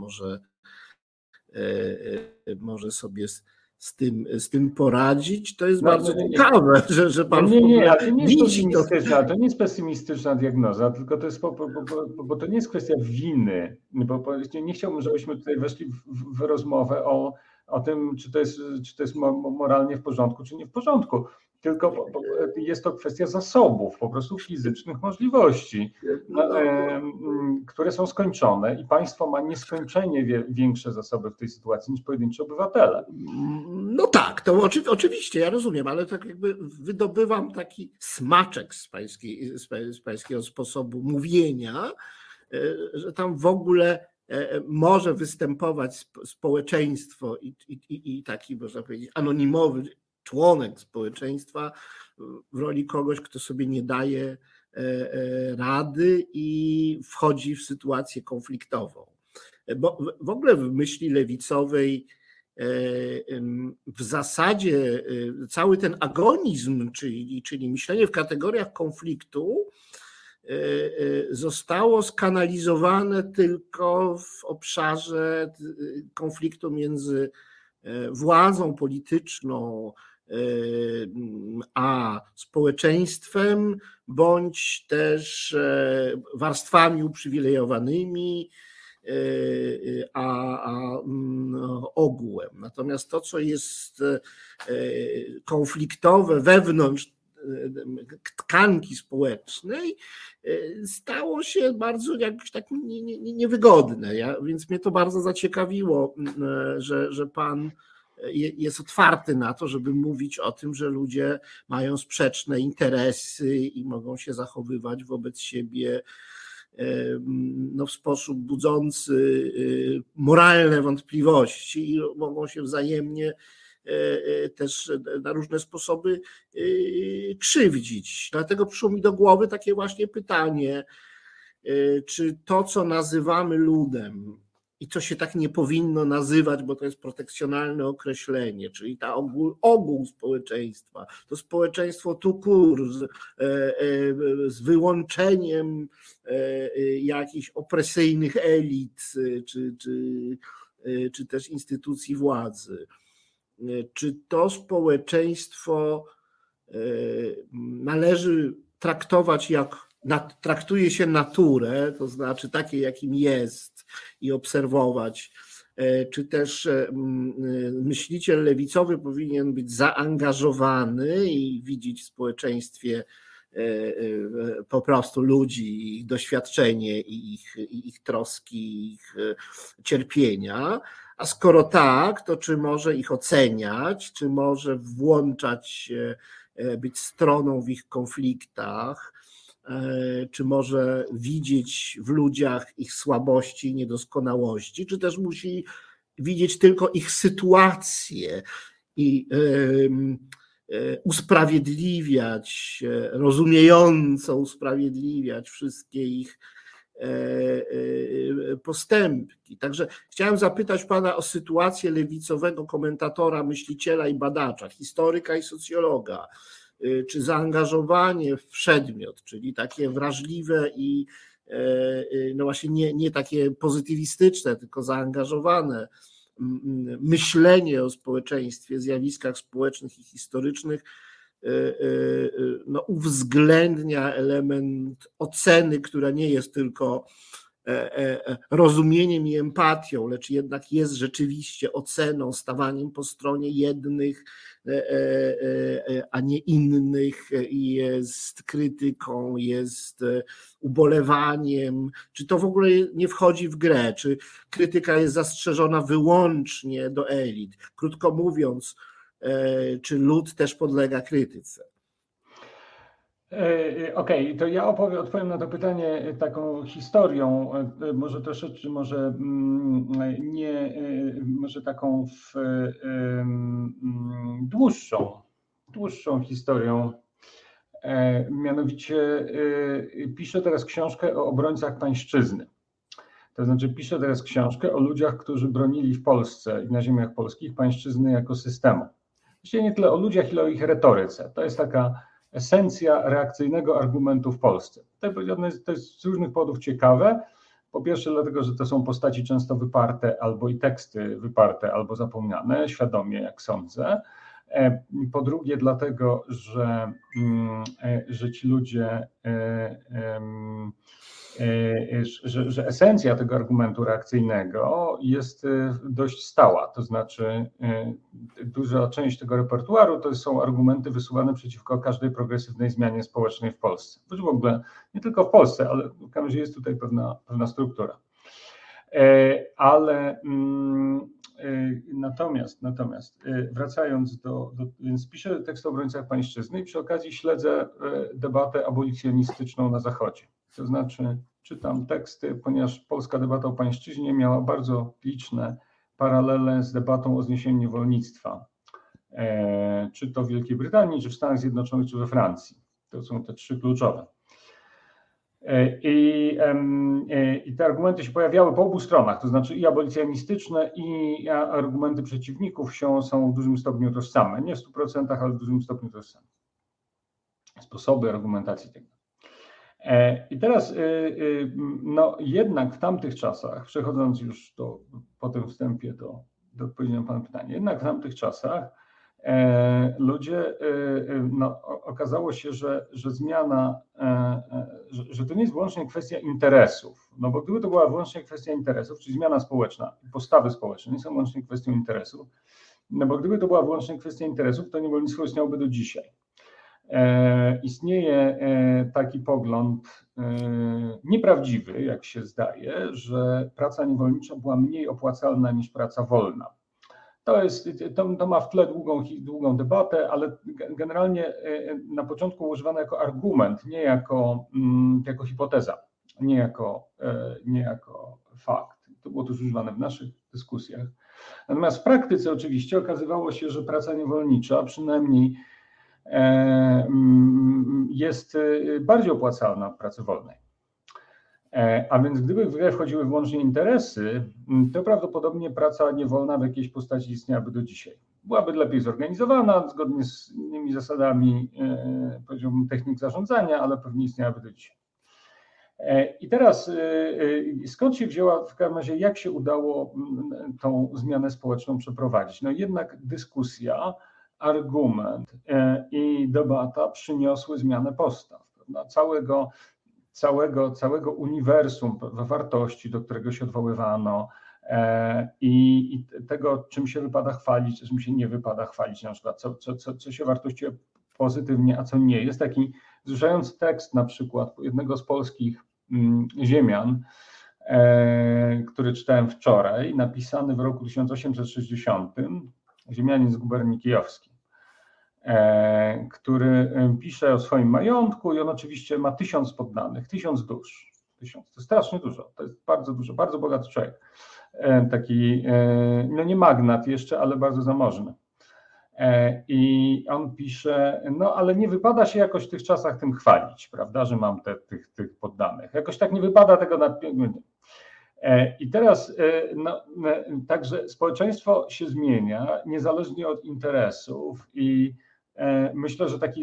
może sobie z tym poradzić. To jest bardzo ciekawe, że pan nie, ale to nie jest pesymistyczna, to nie jest pesymistyczna diagnoza, tylko to jest, bo to nie jest kwestia winy, bo nie chciałbym, żebyśmy tutaj weszli w rozmowę o tym, czy to jest moralnie w porządku, czy nie w porządku. Tylko jest to kwestia zasobów, po prostu fizycznych możliwości, które są skończone i państwo ma nieskończenie większe zasoby w tej sytuacji niż pojedynczy obywatele. No tak, to oczywiście, ja rozumiem, ale tak jakby wydobywam taki smaczek z pańskiego sposobu mówienia, że tam w ogóle może występować społeczeństwo i taki, można powiedzieć, anonimowy członek społeczeństwa w roli kogoś, kto sobie nie daje rady i wchodzi w sytuację konfliktową. Bo w ogóle w myśli lewicowej w zasadzie cały ten agonizm, czyli myślenie w kategoriach konfliktu, zostało skanalizowane tylko w obszarze konfliktu między władzą polityczną a społeczeństwem, bądź też warstwami uprzywilejowanymi, a ogółem. Natomiast to, co jest konfliktowe wewnątrz tkanki społecznej, stało się bardzo jakoś tak niewygodne. Więc mnie to bardzo zaciekawiło, że pan jest otwarty na to, żeby mówić o tym, że ludzie mają sprzeczne interesy i mogą się zachowywać wobec siebie no, w sposób budzący moralne wątpliwości i mogą się wzajemnie też na różne sposoby krzywdzić. Dlatego przyszło mi do głowy takie właśnie pytanie, czy to, co nazywamy ludem i co się tak nie powinno nazywać, bo to jest protekcjonalne określenie, czyli ta ogół społeczeństwa, to społeczeństwo tout court z wyłączeniem jakichś opresyjnych elit czy też instytucji władzy. Czy to społeczeństwo należy traktować traktuje się naturę, to znaczy takie, jakim jest i obserwować, czy też myśliciel lewicowy powinien być zaangażowany i widzieć w społeczeństwie po prostu ludzi, ich doświadczenie i ich troski, ich cierpienia. A skoro tak, to czy może ich oceniać, czy może włączać się, być stroną w ich konfliktach, czy może widzieć w ludziach ich słabości i niedoskonałości, czy też musi widzieć tylko ich sytuację i usprawiedliwiać, rozumiejąco usprawiedliwiać wszystkie ich postępki. Także chciałem zapytać pana o sytuację lewicowego komentatora, myśliciela i badacza, historyka i socjologa. Czy zaangażowanie w przedmiot, czyli takie wrażliwe i no właśnie nie takie pozytywistyczne, tylko zaangażowane myślenie o społeczeństwie, zjawiskach społecznych i historycznych no, uwzględnia element oceny, która nie jest tylko rozumieniem i empatią, lecz jednak jest rzeczywiście oceną, stawaniem po stronie jednych, a nie innych, jest krytyką, jest ubolewaniem. Czy to w ogóle nie wchodzi w grę? Czy krytyka jest zastrzeżona wyłącznie do elit? Krótko mówiąc, czy lud też podlega krytyce? Okej, to ja odpowiem na to pytanie taką historią, może troszeczkę, może taką dłuższą historią. Mianowicie piszę teraz książkę o obrońcach pańszczyzny. To znaczy piszę teraz książkę o ludziach, którzy bronili w Polsce i na ziemiach polskich pańszczyzny jako systemu. Właściwie nie tyle o ludziach, ile o ich retoryce. To jest taka esencja reakcyjnego argumentu w Polsce. To jest z różnych powodów ciekawe. Po pierwsze dlatego, że to są postaci często wyparte, albo i teksty wyparte, albo zapomniane, świadomie jak sądzę. Po drugie dlatego, że ci ludzie, że esencja tego argumentu reakcyjnego jest dość stała, to znaczy duża część tego repertuaru to są argumenty wysuwane przeciwko każdej progresywnej zmianie społecznej w Polsce. W ogóle nie tylko w Polsce, ale w każdym razie jest tutaj pewna struktura. Ale natomiast wracając więc piszę tekst o obrońcach pańszczyzny i przy okazji śledzę debatę abolicjonistyczną na Zachodzie. To znaczy czytam teksty, ponieważ polska debata o pańszczyźnie miała bardzo liczne paralele z debatą o zniesieniu niewolnictwa, czy to w Wielkiej Brytanii, czy w Stanach Zjednoczonych, czy we Francji. To są te trzy kluczowe. I te argumenty się pojawiały po obu stronach, to znaczy i abolicjonistyczne, i argumenty przeciwników są w dużym stopniu tożsame. Nie w 100%, ale w dużym stopniu tożsame. Sposoby argumentacji tego. I teraz no jednak w tamtych czasach, przechodząc już po tym wstępie do odpowiedzi na pana pytanie, jednak w tamtych czasach ludzie, no, okazało się, że zmiana, że to nie jest wyłącznie kwestia interesów, no bo gdyby to była wyłącznie kwestia interesów, czyli zmiana społeczna, postawy społeczne nie są wyłącznie kwestią interesów, no bo gdyby to była wyłącznie kwestia interesów, to niewolnictwo istniałoby do dzisiaj. Istnieje taki pogląd nieprawdziwy, jak się zdaje, że praca niewolnicza była mniej opłacalna niż praca wolna. To ma w tle długą debatę, ale generalnie na początku używane jako argument, nie jako hipoteza, nie jako fakt. To było też używane w naszych dyskusjach. Natomiast w praktyce oczywiście okazywało się, że praca niewolnicza przynajmniej jest bardziej opłacalna od pracy wolnej. A więc gdyby w grę wchodziły wyłącznie interesy, to prawdopodobnie praca niewolna w jakiejś postaci istniałaby do dzisiaj. Byłaby lepiej zorganizowana, zgodnie z innymi zasadami, powiedziałbym, technik zarządzania, ale pewnie istniałaby do dzisiaj. I teraz skąd się wzięła, w każdym razie jak się udało tą zmianę społeczną przeprowadzić? No jednak dyskusja, argument i debata przyniosły zmianę postaw, prawda? Całego uniwersum wartości, do którego się odwoływano i tego, czym się wypada chwalić, czym się nie wypada chwalić, na przykład co się wartościuje pozytywnie, a co nie. Jest taki wzruszający tekst na przykład jednego z polskich ziemian, który czytałem wczoraj, napisany w roku 1860, ziemianin z guberni kijowskiej, który pisze o swoim majątku i on oczywiście ma 1000 poddanych, 1000 dusz. 1000, to jest strasznie dużo, to jest bardzo dużo, bardzo bogaty człowiek. Taki, no nie magnat jeszcze, ale bardzo zamożny. I on pisze, no ale nie wypada się jakoś w tych czasach tym chwalić, prawda, że mam tych poddanych. Jakoś tak nie wypada tego na... I teraz także społeczeństwo się zmienia niezależnie od interesów i myślę, że taki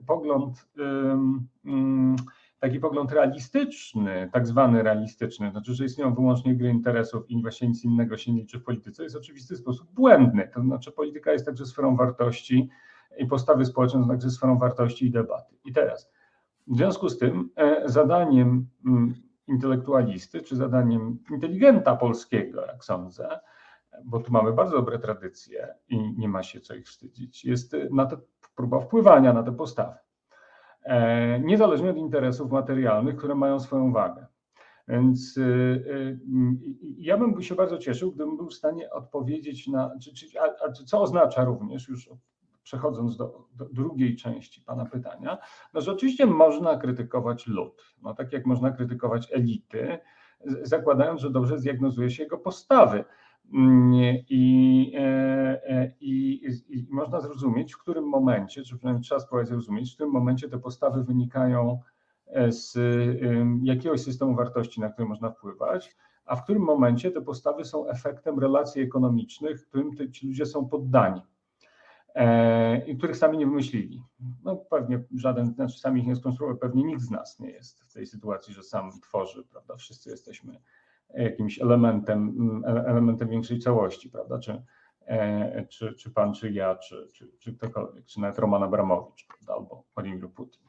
pogląd realistyczny, tak zwany realistyczny, znaczy, że istnieją wyłącznie gry interesów i właśnie nic innego się nie liczy w polityce, jest w oczywisty sposób błędny. To znaczy polityka jest także sferą wartości i postawy społeczne są także sferą wartości i debaty. I teraz w związku z tym zadaniem intelektualisty, czy zadaniem inteligenta polskiego, jak sądzę, bo tu mamy bardzo dobre tradycje i nie ma się co ich wstydzić, jest próba wpływania na te postawy. Niezależnie od interesów materialnych, które mają swoją wagę. Więc ja bym się bardzo cieszył, gdybym był w stanie odpowiedzieć na, co oznacza również, już przechodząc do drugiej części pana pytania, no że oczywiście można krytykować lud, no tak jak można krytykować elity, zakładając, że dobrze zdiagnozuje się jego postawy. I można zrozumieć, w którym momencie, czy przynajmniej trzeba spróbować zrozumieć, w którym momencie te postawy wynikają z jakiegoś systemu wartości, na który można wpływać, a w którym momencie te postawy są efektem relacji ekonomicznych, którym ci ludzie są poddani i których sami nie wymyślili. No pewnie żaden, znaczy sami ich nie skonstruował, pewnie nikt z nas nie jest w tej sytuacji, że sam tworzy, prawda? Wszyscy jesteśmy jakimś elementem większej całości, prawda? Czy pan, czy ja, czy ktokolwiek, czy nawet Roman Abramowicz, prawda? Albo Władimir Putin.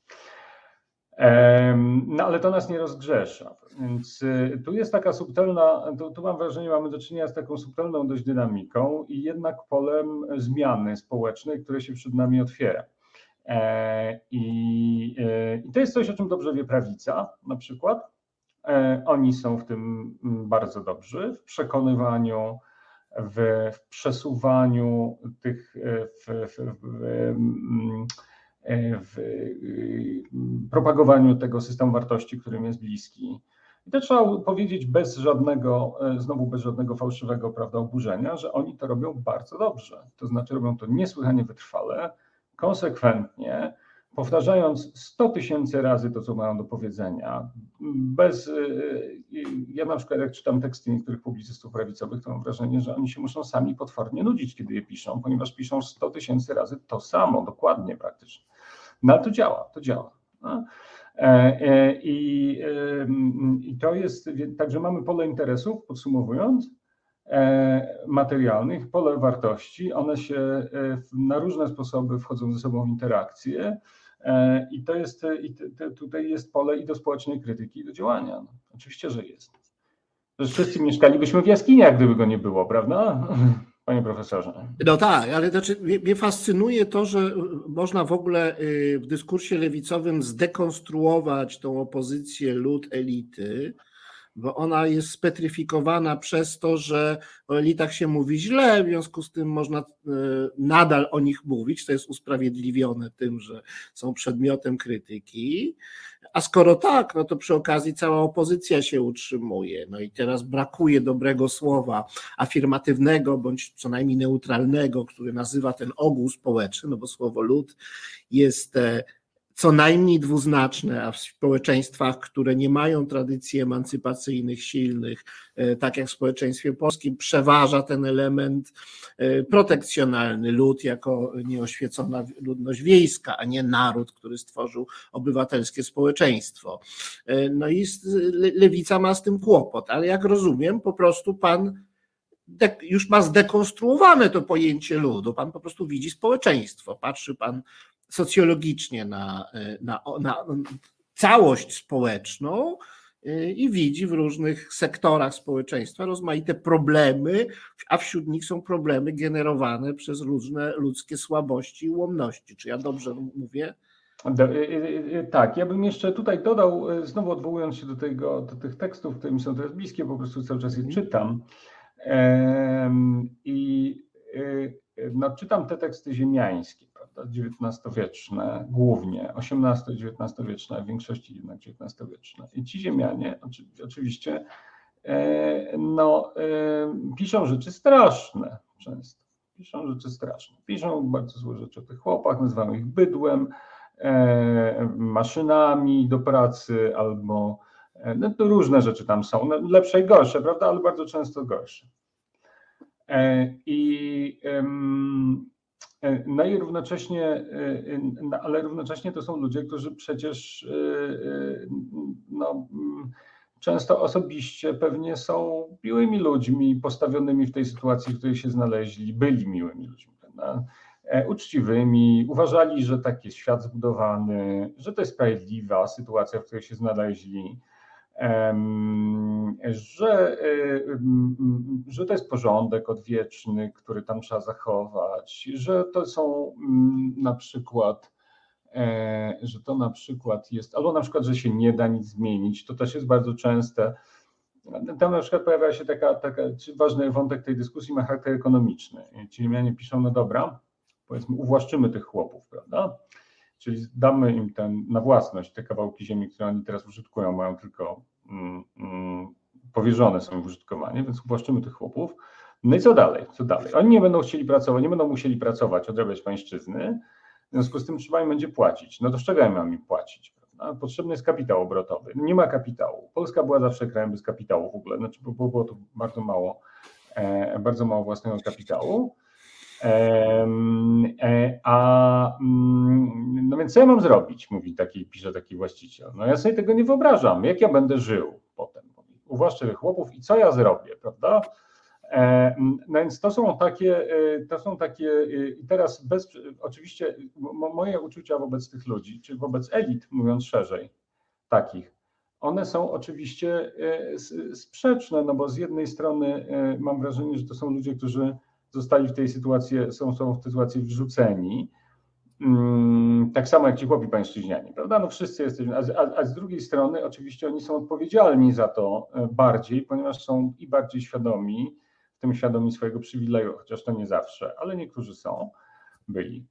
No ale to nas nie rozgrzesza, więc tu jest taka subtelna, tu mam wrażenie, mamy do czynienia z taką subtelną dość dynamiką i jednak polem zmiany społecznej, które się przed nami otwiera. I to jest coś, o czym dobrze wie prawica na przykład. Oni są w tym bardzo dobrzy, w przekonywaniu, w przesuwaniu tych, w propagowaniu tego systemu wartości, którym jest bliski. I to trzeba powiedzieć bez żadnego fałszywego, prawda, oburzenia, że oni to robią bardzo dobrze. To znaczy robią to niesłychanie wytrwale, konsekwentnie, powtarzając 100 000 razy to, co mają do powiedzenia. Ja na przykład jak czytam teksty niektórych publicystów prawicowych, to mam wrażenie, że oni się muszą sami potwornie nudzić, kiedy je piszą, ponieważ piszą 100 000 razy to samo, dokładnie praktycznie. No ale to działa. No. I to jest, także mamy pole interesów, podsumowując, materialnych, pole wartości, one się na różne sposoby wchodzą ze sobą w interakcję i tutaj jest pole i do społecznej krytyki, i do działania. No, oczywiście, że jest. Że wszyscy mieszkalibyśmy w jaskiniach, gdyby go nie było, prawda? Panie profesorze. No tak, ale znaczy mnie fascynuje to, że można w ogóle w dyskursie lewicowym zdekonstruować tą opozycję lud-elity, bo ona jest spetryfikowana przez to, że o elitach się mówi źle, w związku z tym można nadal o nich mówić, to jest usprawiedliwione tym, że są przedmiotem krytyki, a skoro tak, no to przy okazji cała opozycja się utrzymuje, no i teraz brakuje dobrego słowa afirmatywnego, bądź co najmniej neutralnego, który nazywa ten ogół społeczny, no bo słowo lud jest co najmniej dwuznaczne, a w społeczeństwach, które nie mają tradycji emancypacyjnych silnych, tak jak w społeczeństwie polskim, przeważa ten element protekcjonalny, lud jako nieoświecona ludność wiejska, a nie naród, który stworzył obywatelskie społeczeństwo. No i lewica ma z tym kłopot, ale jak rozumiem, po prostu pan już ma zdekonstruowane to pojęcie ludu, pan po prostu widzi społeczeństwo, patrzy pan socjologicznie na całość społeczną i widzi w różnych sektorach społeczeństwa rozmaite problemy, a wśród nich są problemy generowane przez różne ludzkie słabości i ułomności. Czy ja dobrze mówię? Tak, ja bym jeszcze tutaj dodał, znowu odwołując się do tych tekstów, które mi są teraz bliskie, po prostu cały czas je czytam. No, czytam te teksty ziemiańskie, prawda, XIX-wieczne głównie, XVIII-XIX-wieczne, w większości jednak XIX-wieczne. I ci ziemianie oczywiście piszą rzeczy straszne często. Piszą bardzo złe rzeczy o tych chłopach, nazywają ich bydłem, maszynami do pracy albo no to różne rzeczy tam są, lepsze i gorsze, prawda, ale bardzo często gorsze. No i równocześnie to są ludzie, którzy przecież często osobiście pewnie są miłymi ludźmi postawionymi w tej sytuacji, w której się znaleźli, byli miłymi ludźmi, prawda? Uczciwymi, uważali, że tak jest świat zbudowany, że to jest sprawiedliwa sytuacja, w której się znaleźli, że to jest porządek odwieczny, który tam trzeba zachować, że to są na przykład, jest, albo na przykład, że się nie da nic zmienić, to też jest bardzo częste. Tam na przykład pojawia się ważny wątek tej dyskusji ma charakter ekonomiczny. Ci Ziemianie piszą, no dobra, powiedzmy uwłaszczymy tych chłopów, prawda? Czyli damy im na własność te kawałki ziemi, które oni teraz użytkują, mają tylko powierzone są im w użytkowanie, więc uwłaszczymy tych chłopów. No i co dalej? Oni nie będą chcieli pracować, nie będą musieli pracować, odrabiać pańszczyzny, w związku z tym trzeba im będzie płacić. No to z czego ja mam im płacić? Prawda? Potrzebny jest kapitał obrotowy. Nie ma kapitału. Polska była zawsze krajem bez kapitału w ogóle, znaczy było to bardzo mało własnego kapitału. No więc co ja mam zrobić, pisze taki właściciel. No ja sobie tego nie wyobrażam, jak ja będę żył potem. Uwłaszczę tych chłopów i co ja zrobię, prawda? No więc to są takie i teraz oczywiście moje uczucia wobec tych ludzi, czy wobec elit, mówiąc szerzej, takich, one są oczywiście sprzeczne, no bo z jednej strony mam wrażenie, że to są ludzie, którzy zostali w tej sytuacji, są w tej sytuacji wrzuceni, tak samo jak ci chłopi pańszczyźniani, prawda? No wszyscy jesteśmy, a z drugiej strony oczywiście oni są odpowiedzialni za to bardziej, ponieważ są i bardziej świadomi, w tym świadomi swojego przywileju, chociaż to nie zawsze, ale niektórzy byli.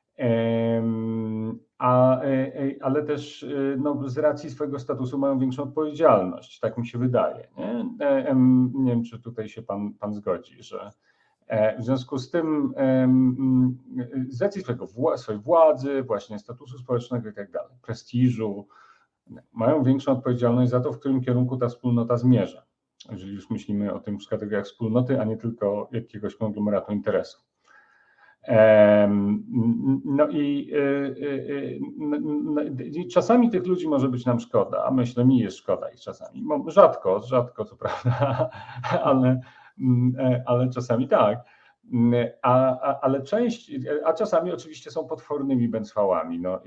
Ale też no, z racji swojego statusu mają większą odpowiedzialność, tak mi się wydaje. Nie wiem, czy tutaj się pan zgodzi, że w związku z tym z racji swojej władzy, właśnie statusu społecznego i tak dalej, prestiżu, mają większą odpowiedzialność za to, w którym kierunku ta wspólnota zmierza. Jeżeli już myślimy o tym w kategoriach wspólnoty, a nie tylko jakiegoś konglomeratu interesu. No i czasami tych ludzi może być nam szkoda, a myślę, mi jest szkoda ich czasami. Rzadko co prawda, ale czasami tak. Ale a czasami oczywiście są potwornymi bęcwałami. No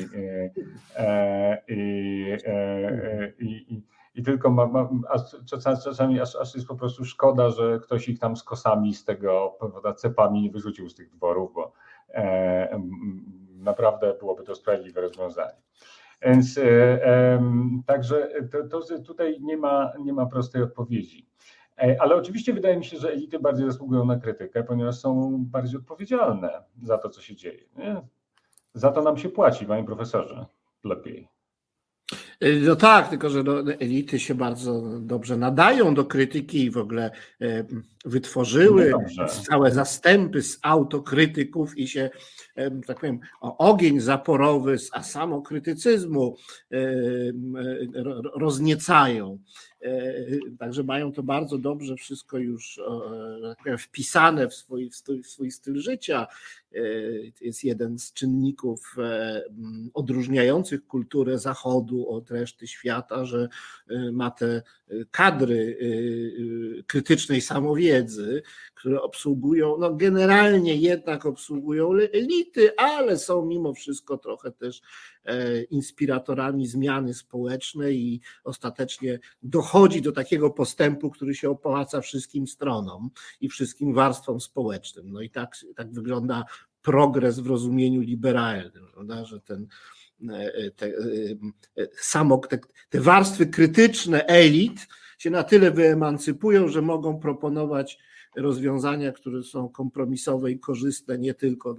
i tylko czasami aż jest po prostu szkoda, że ktoś ich tam z kosami z tego, prawda, cepami nie wyrzucił z tych dworów, bo naprawdę byłoby to sprawiedliwe rozwiązanie. Więc także tutaj nie ma prostej odpowiedzi. Ale oczywiście wydaje mi się, że elity bardziej zasługują na krytykę, ponieważ są bardziej odpowiedzialne za to, co się dzieje. Nie? Za to nam się płaci, panie profesorze, lepiej. No tak, tylko że elity się bardzo dobrze nadają do krytyki i w ogóle wytworzyły całe zastępy z autokrytyków i się, tak powiem, ogień zaporowy z samokrytycyzmu rozniecają. Także mają to bardzo dobrze wszystko już, tak powiem, wpisane w swój styl życia. Jest jeden z czynników odróżniających kulturę Zachodu od reszty świata, że ma te kadry krytycznej samowiedzy, które obsługują, no generalnie jednak obsługują elity, ale są mimo wszystko trochę też inspiratorami zmiany społecznej i ostatecznie dochodzi do takiego postępu, który się opłaca wszystkim stronom i wszystkim warstwom społecznym. No i tak wygląda progres w rozumieniu liberalnym, prawda? Że te warstwy krytyczne elit się na tyle wyemancypują, że mogą proponować rozwiązania, które są kompromisowe i korzystne nie tylko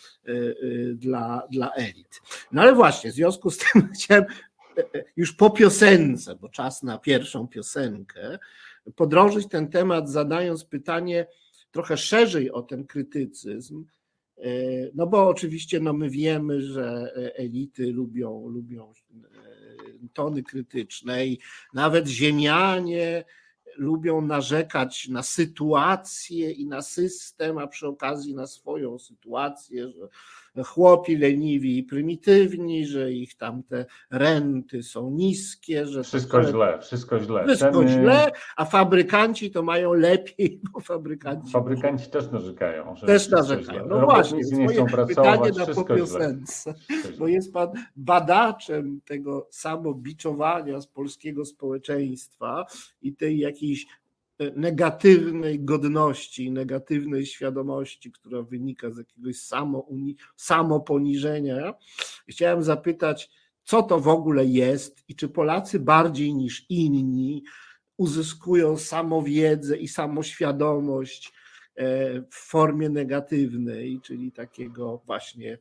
dla elit. No ale właśnie, w związku z tym chciałem już po piosence, bo czas na pierwszą piosenkę, podrążyć ten temat, zadając pytanie trochę szerzej o ten krytycyzm. No bo oczywiście my wiemy, że elity lubią tony krytyczne i nawet ziemianie lubią narzekać na sytuację i na system, a przy okazji na swoją sytuację, że chłopi leniwi i prymitywni, że ich tam te renty są niskie, że wszystko źle, a fabrykanci to mają lepiej, bo fabrykanci też narzekają. Też narzekają. No właśnie, nie chcą pytanie na popiosence, bo jest pan badaczem tego samobiczowania z polskiego społeczeństwa i tej jakiejś negatywnej godności, negatywnej świadomości, która wynika z jakiegoś samoponiżenia. Chciałem zapytać, co to w ogóle jest i czy Polacy bardziej niż inni uzyskują samowiedzę i samoświadomość w formie negatywnej, czyli takiego właśnie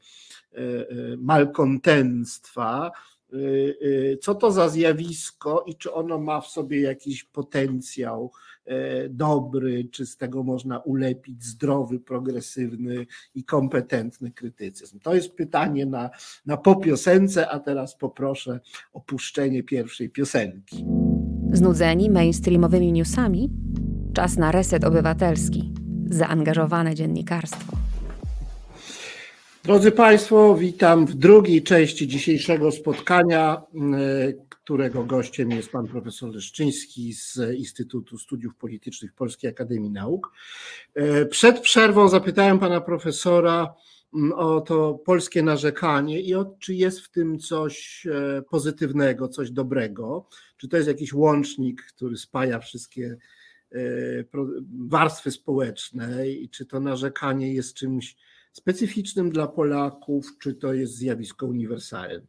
malkontentstwa. Co to za zjawisko i czy ono ma w sobie jakiś potencjał dobry, czy z tego można ulepić zdrowy, progresywny i kompetentny krytycyzm? To jest pytanie na po piosence, a teraz poproszę o puszczenie pierwszej piosenki. Znudzeni mainstreamowymi newsami? Czas na reset obywatelski. Zaangażowane dziennikarstwo. Drodzy Państwo, witam w drugiej części dzisiejszego spotkania, którego gościem jest pan profesor Leszczyński z Instytutu Studiów Politycznych Polskiej Akademii Nauk. Przed przerwą zapytałem pana profesora o to polskie narzekanie i czy jest w tym coś pozytywnego, coś dobrego, czy to jest jakiś łącznik, który spaja wszystkie warstwy społeczne i czy to narzekanie jest czymś specyficznym dla Polaków, czy to jest zjawisko uniwersalne?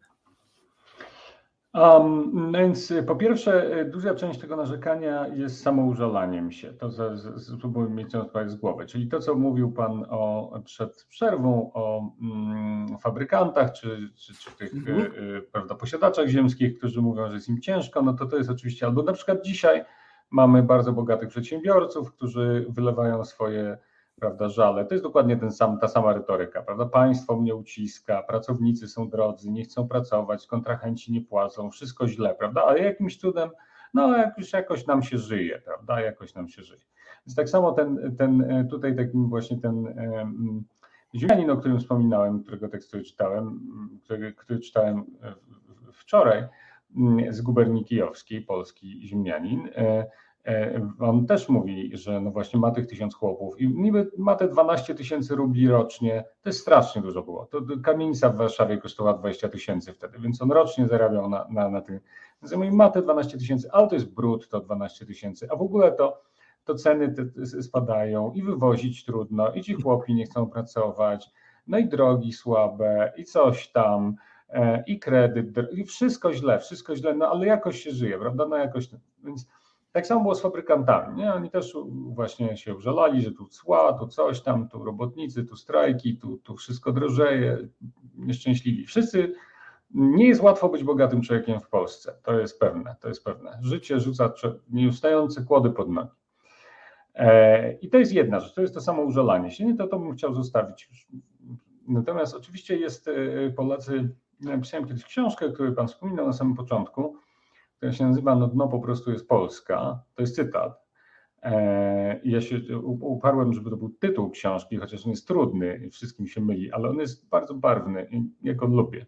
Więc po pierwsze, duża część tego narzekania jest samoużalaniem się. To spróbujmy mieć tę sprawę z głowy. Czyli to, co mówił Pan przed przerwą o fabrykantach, czy tych prawda, posiadaczach ziemskich, którzy mówią, że jest im ciężko, no to jest oczywiście, albo na przykład dzisiaj mamy bardzo bogatych przedsiębiorców, którzy wylewają swoje, prawda, żale. To jest dokładnie ta sama retoryka, prawda? Państwo mnie uciska, pracownicy są drodzy, nie chcą pracować, kontrahenci nie płacą, wszystko źle, prawda? Ale jakimś cudem, no jakoś nam się żyje, prawda? Jakoś nam się żyje. Więc tak samo tutaj takim właśnie ten ziemianin, o którym wspominałem, którego tekstu czytałem, który czytałem wczoraj z Guberni Kijowskiej, polski ziemianin, on też mówi, że no właśnie ma tych 1000 chłopów i niby ma te 12 000 rubli rocznie, to jest strasznie dużo było. To kamienica w Warszawie kosztowała 20 000 wtedy, więc on rocznie zarabiał na tym. Więc mówi, ma te 12 000, ale to jest brutto 12 000, a w ogóle to ceny spadają i wywozić trudno, i ci chłopi nie chcą pracować, no i drogi słabe, i coś tam, i kredyt, i wszystko źle, no ale jakoś się żyje, prawda? No jakoś, więc tak samo było z fabrykantami, nie? Oni też właśnie się użalali, że tu cła, tu coś tam, tu robotnicy, tu strajki, tu wszystko drożeje, nieszczęśliwi. Wszyscy, nie jest łatwo być bogatym człowiekiem w Polsce, to jest pewne. Życie rzuca nieustające kłody pod nogi. I to jest jedna rzecz, to jest to samo użalanie się, nie, to bym chciał zostawić już. Natomiast oczywiście jest Polacy, napisałem kiedyś książkę, o której Pan wspominał na samym początku, która się nazywa No dno po prostu jest Polska. To jest cytat. Ja się uparłem, żeby to był tytuł książki, chociaż on jest trudny i wszystkim się myli, ale on jest bardzo barwny i ja go lubię.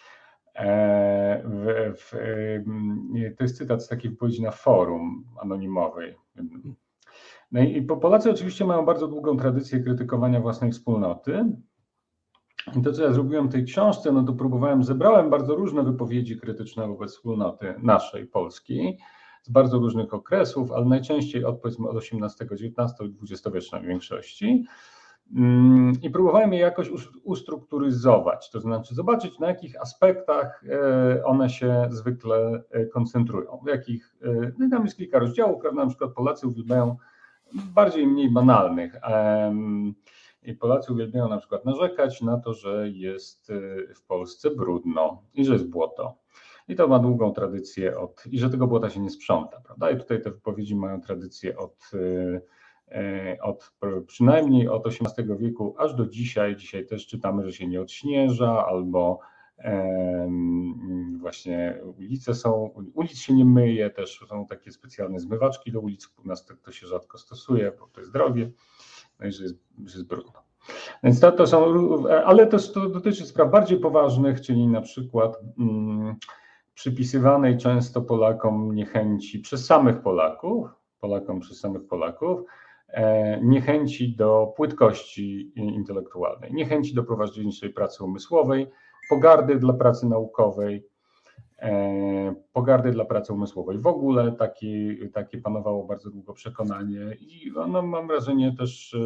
To jest cytat z takiej wypowiedzi na forum anonimowej. No i Polacy oczywiście mają bardzo długą tradycję krytykowania własnej wspólnoty. I to, co ja zrobiłem w tej książce, no to zebrałem bardzo różne wypowiedzi krytyczne wobec wspólnoty naszej, polskiej, z bardzo różnych okresów, ale najczęściej powiedzmy od XVIII, XIX i XX-wiecznej większości. I próbowałem je jakoś ustrukturyzować, to znaczy zobaczyć, na jakich aspektach one się zwykle koncentrują, w jakich, no tam jest kilka rozdziałów, prawda, na przykład Polacy uwielbiają bardziej mniej banalnych. I Polacy uwielbiają na przykład narzekać na to, że jest w Polsce brudno i że jest błoto. I to ma długą tradycję i że tego błota się nie sprząta, prawda? I tutaj te wypowiedzi mają tradycję przynajmniej od XVIII wieku aż do dzisiaj. Dzisiaj też czytamy, że się nie odśnieża, albo właśnie ulic się nie myje, też są takie specjalne zmywaczki do ulic, u nas to się rzadko stosuje, bo to jest drogie. No i że jest brudno. Więc to są, ale to dotyczy spraw bardziej poważnych, czyli na przykład przypisywanej często Polakom niechęci przez samych Polaków, niechęci do płytkości intelektualnej, niechęci do prowadziłej pracy umysłowej, pogardy dla pracy naukowej, pogardy dla pracy umysłowej. W ogóle takie panowało bardzo długo przekonanie i ono, mam wrażenie,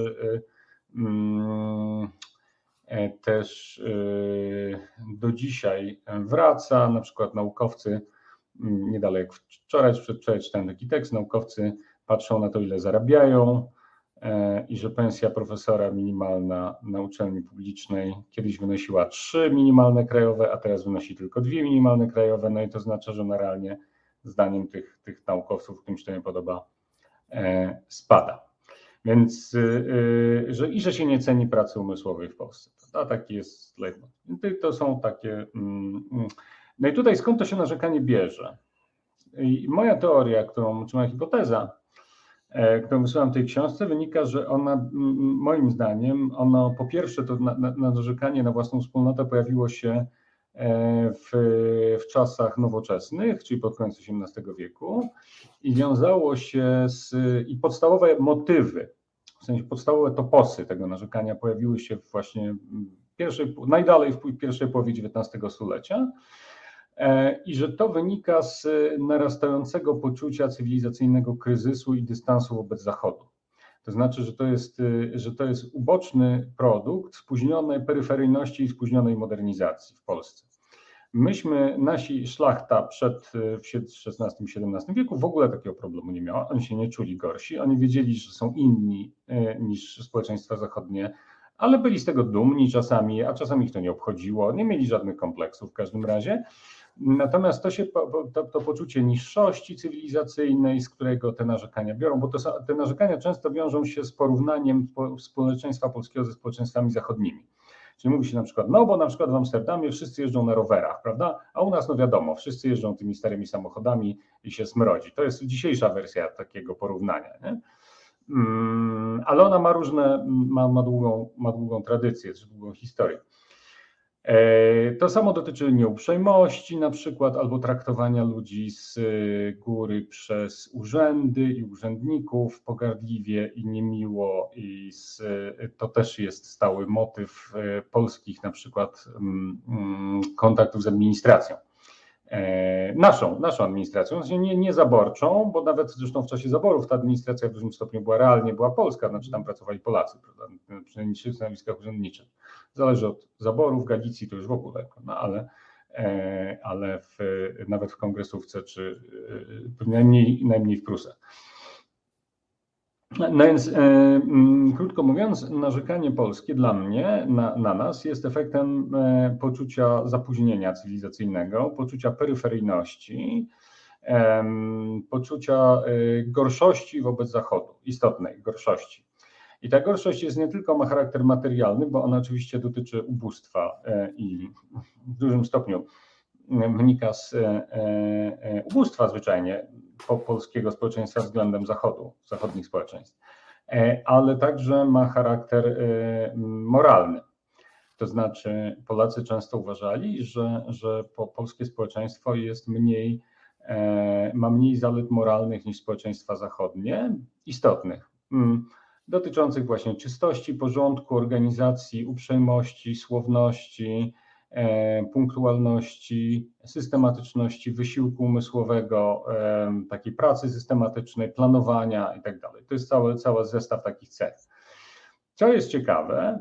też do dzisiaj wraca. Na przykład naukowcy, niedaleko jak wczoraj, przedwczoraj czytałem taki tekst, naukowcy patrzą na to, ile zarabiają i że pensja profesora minimalna na uczelni publicznej kiedyś wynosiła 3 minimalne krajowe, a teraz wynosi tylko 2 minimalne krajowe, no i to znaczy, że ona realnie zdaniem tych naukowców, którym się to nie podoba, spada. Więc że się nie ceni pracy umysłowej w Polsce. A taki jest leitmotiv. To są takie. No i tutaj skąd to się narzekanie bierze? I moja teoria, czy moja hipoteza, którą wysłałem w tej książce, wynika, że ona, moim zdaniem, ono po pierwsze to narzekanie na własną wspólnotę pojawiło się w czasach nowoczesnych, czyli pod koniec XVIII wieku i wiązało się i podstawowe motywy, w sensie podstawowe toposy tego narzekania pojawiły się właśnie najdalej w pierwszej połowie XIX stulecia i że to wynika z narastającego poczucia cywilizacyjnego kryzysu i dystansu wobec Zachodu. To znaczy, że to jest uboczny produkt spóźnionej peryferyjności i spóźnionej modernizacji w Polsce. Nasi szlachta w XVI-XVII wieku w ogóle takiego problemu nie miała, oni się nie czuli gorsi, oni wiedzieli, że są inni niż społeczeństwa zachodnie, ale byli z tego dumni czasami, a czasami ich to nie obchodziło, nie mieli żadnych kompleksów w każdym razie. Natomiast to poczucie niższości cywilizacyjnej, z którego te narzekania biorą, bo te narzekania często wiążą się z porównaniem społeczeństwa polskiego ze społeczeństwami zachodnimi. Czyli mówi się na przykład, no bo na przykład w Amsterdamie wszyscy jeżdżą na rowerach, prawda? A u nas, no wiadomo, wszyscy jeżdżą tymi starymi samochodami i się smrodzi. To jest dzisiejsza wersja takiego porównania, nie? Ale ona ma długą tradycję, długą historię. To samo dotyczy nieuprzejmości na przykład, albo traktowania ludzi z góry przez urzędy i urzędników pogardliwie i niemiło, to też jest stały motyw polskich na przykład kontaktów z administracją. Naszą administracją, nie zaborczą, bo nawet zresztą w czasie zaborów ta administracja w dużym stopniu była polska, znaczy tam pracowali Polacy, prawda, przy najniższych stanowiskach urzędniczych. Zależy od zaborów, Galicji to już w ogóle, no ale nawet w kongresówce, czy najmniej w Prusach. No więc krótko mówiąc, narzekanie polskie dla mnie, na nas jest efektem poczucia zapóźnienia cywilizacyjnego, poczucia peryferyjności, poczucia gorszości wobec Zachodu, istotnej gorszości. I ta gorszość nie tylko ma charakter materialny, bo ona oczywiście dotyczy ubóstwa i w dużym stopniu wynika z ubóstwa zwyczajnie polskiego społeczeństwa względem Zachodu, zachodnich społeczeństw, ale także ma charakter moralny. To znaczy Polacy często uważali, że polskie społeczeństwo ma mniej zalet moralnych niż społeczeństwa zachodnie, istotnych, dotyczących właśnie czystości, porządku, organizacji, uprzejmości, słowności, punktualności, systematyczności, wysiłku umysłowego, takiej pracy systematycznej, planowania i tak dalej. To jest cały zestaw takich cech. Co jest ciekawe,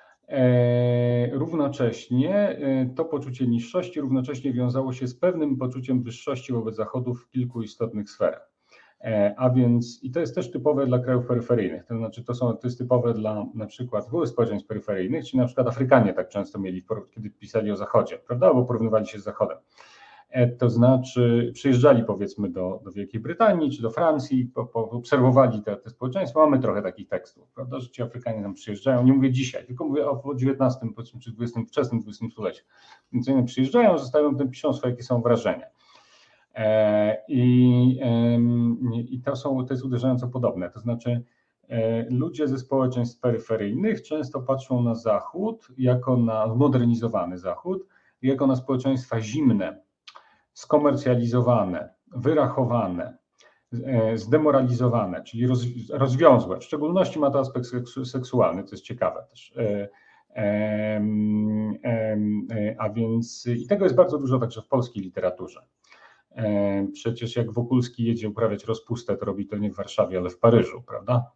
równocześnie to poczucie niższości równocześnie wiązało się z pewnym poczuciem wyższości wobec Zachodu w kilku istotnych sferach. A więc i to jest też typowe dla krajów peryferyjnych, to znaczy to jest typowe dla na przykład społeczeństw peryferyjnych, czyli na przykład Afrykanie tak często mieli, kiedy pisali o Zachodzie, prawda, albo porównywali się z Zachodem. To znaczy przyjeżdżali powiedzmy do Wielkiej Brytanii czy do Francji, obserwowali te społeczeństwa, mamy trochę takich tekstów, prawda, że ci Afrykanie tam przyjeżdżają, nie mówię dzisiaj, tylko mówię o XIX czy wczesnym XX stuleciu, więc oni przyjeżdżają, zostają tym, piszą swoje, jakie są wrażenia. I to jest uderzająco podobne, to znaczy ludzie ze społeczeństw peryferyjnych często patrzą na Zachód, jako na zmodernizowany Zachód, jako na społeczeństwa zimne, skomercjalizowane, wyrachowane, zdemoralizowane, czyli rozwiązłe. W szczególności ma to aspekt seksualny, co jest ciekawe też. A więc i tego jest bardzo dużo także w polskiej literaturze. Przecież jak Wokulski jedzie uprawiać rozpustę, to robi to nie w Warszawie, ale w Paryżu, prawda?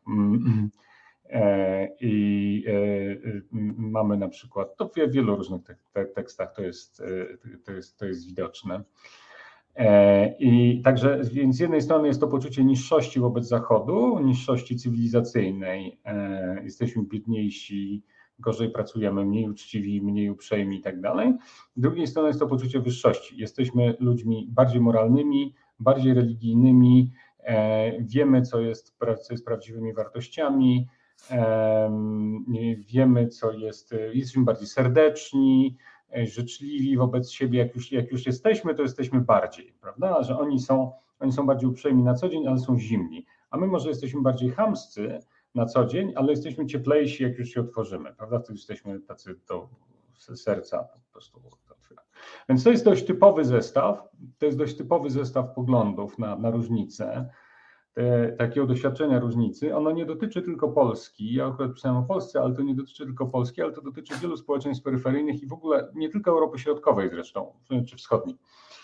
I mamy na przykład, to w wielu różnych tekstach to jest widoczne. I także, więc z jednej strony jest to poczucie niższości wobec Zachodu, niższości cywilizacyjnej, jesteśmy biedniejsi, gorzej pracujemy, mniej uczciwi, mniej uprzejmi i tak dalej. Z drugiej strony jest to poczucie wyższości. Jesteśmy ludźmi bardziej moralnymi, bardziej religijnymi, wiemy, co jest prawdziwymi wartościami, wiemy, jesteśmy bardziej serdeczni, życzliwi wobec siebie, jak już jesteśmy, to jesteśmy bardziej, prawda? Że oni są bardziej uprzejmi na co dzień, ale są zimni. A my może jesteśmy bardziej chamscy na co dzień, ale jesteśmy cieplejsi, jak już się otworzymy, prawda? To jesteśmy tacy do serca po prostu. Więc to jest dość typowy zestaw poglądów na różnice, takiego doświadczenia różnicy. Ono nie dotyczy tylko Polski, ja akurat pisałem o Polsce, ale to nie dotyczy tylko Polski, ale to dotyczy wielu społeczeństw peryferyjnych i w ogóle nie tylko Europy Środkowej zresztą, czy wschodniej.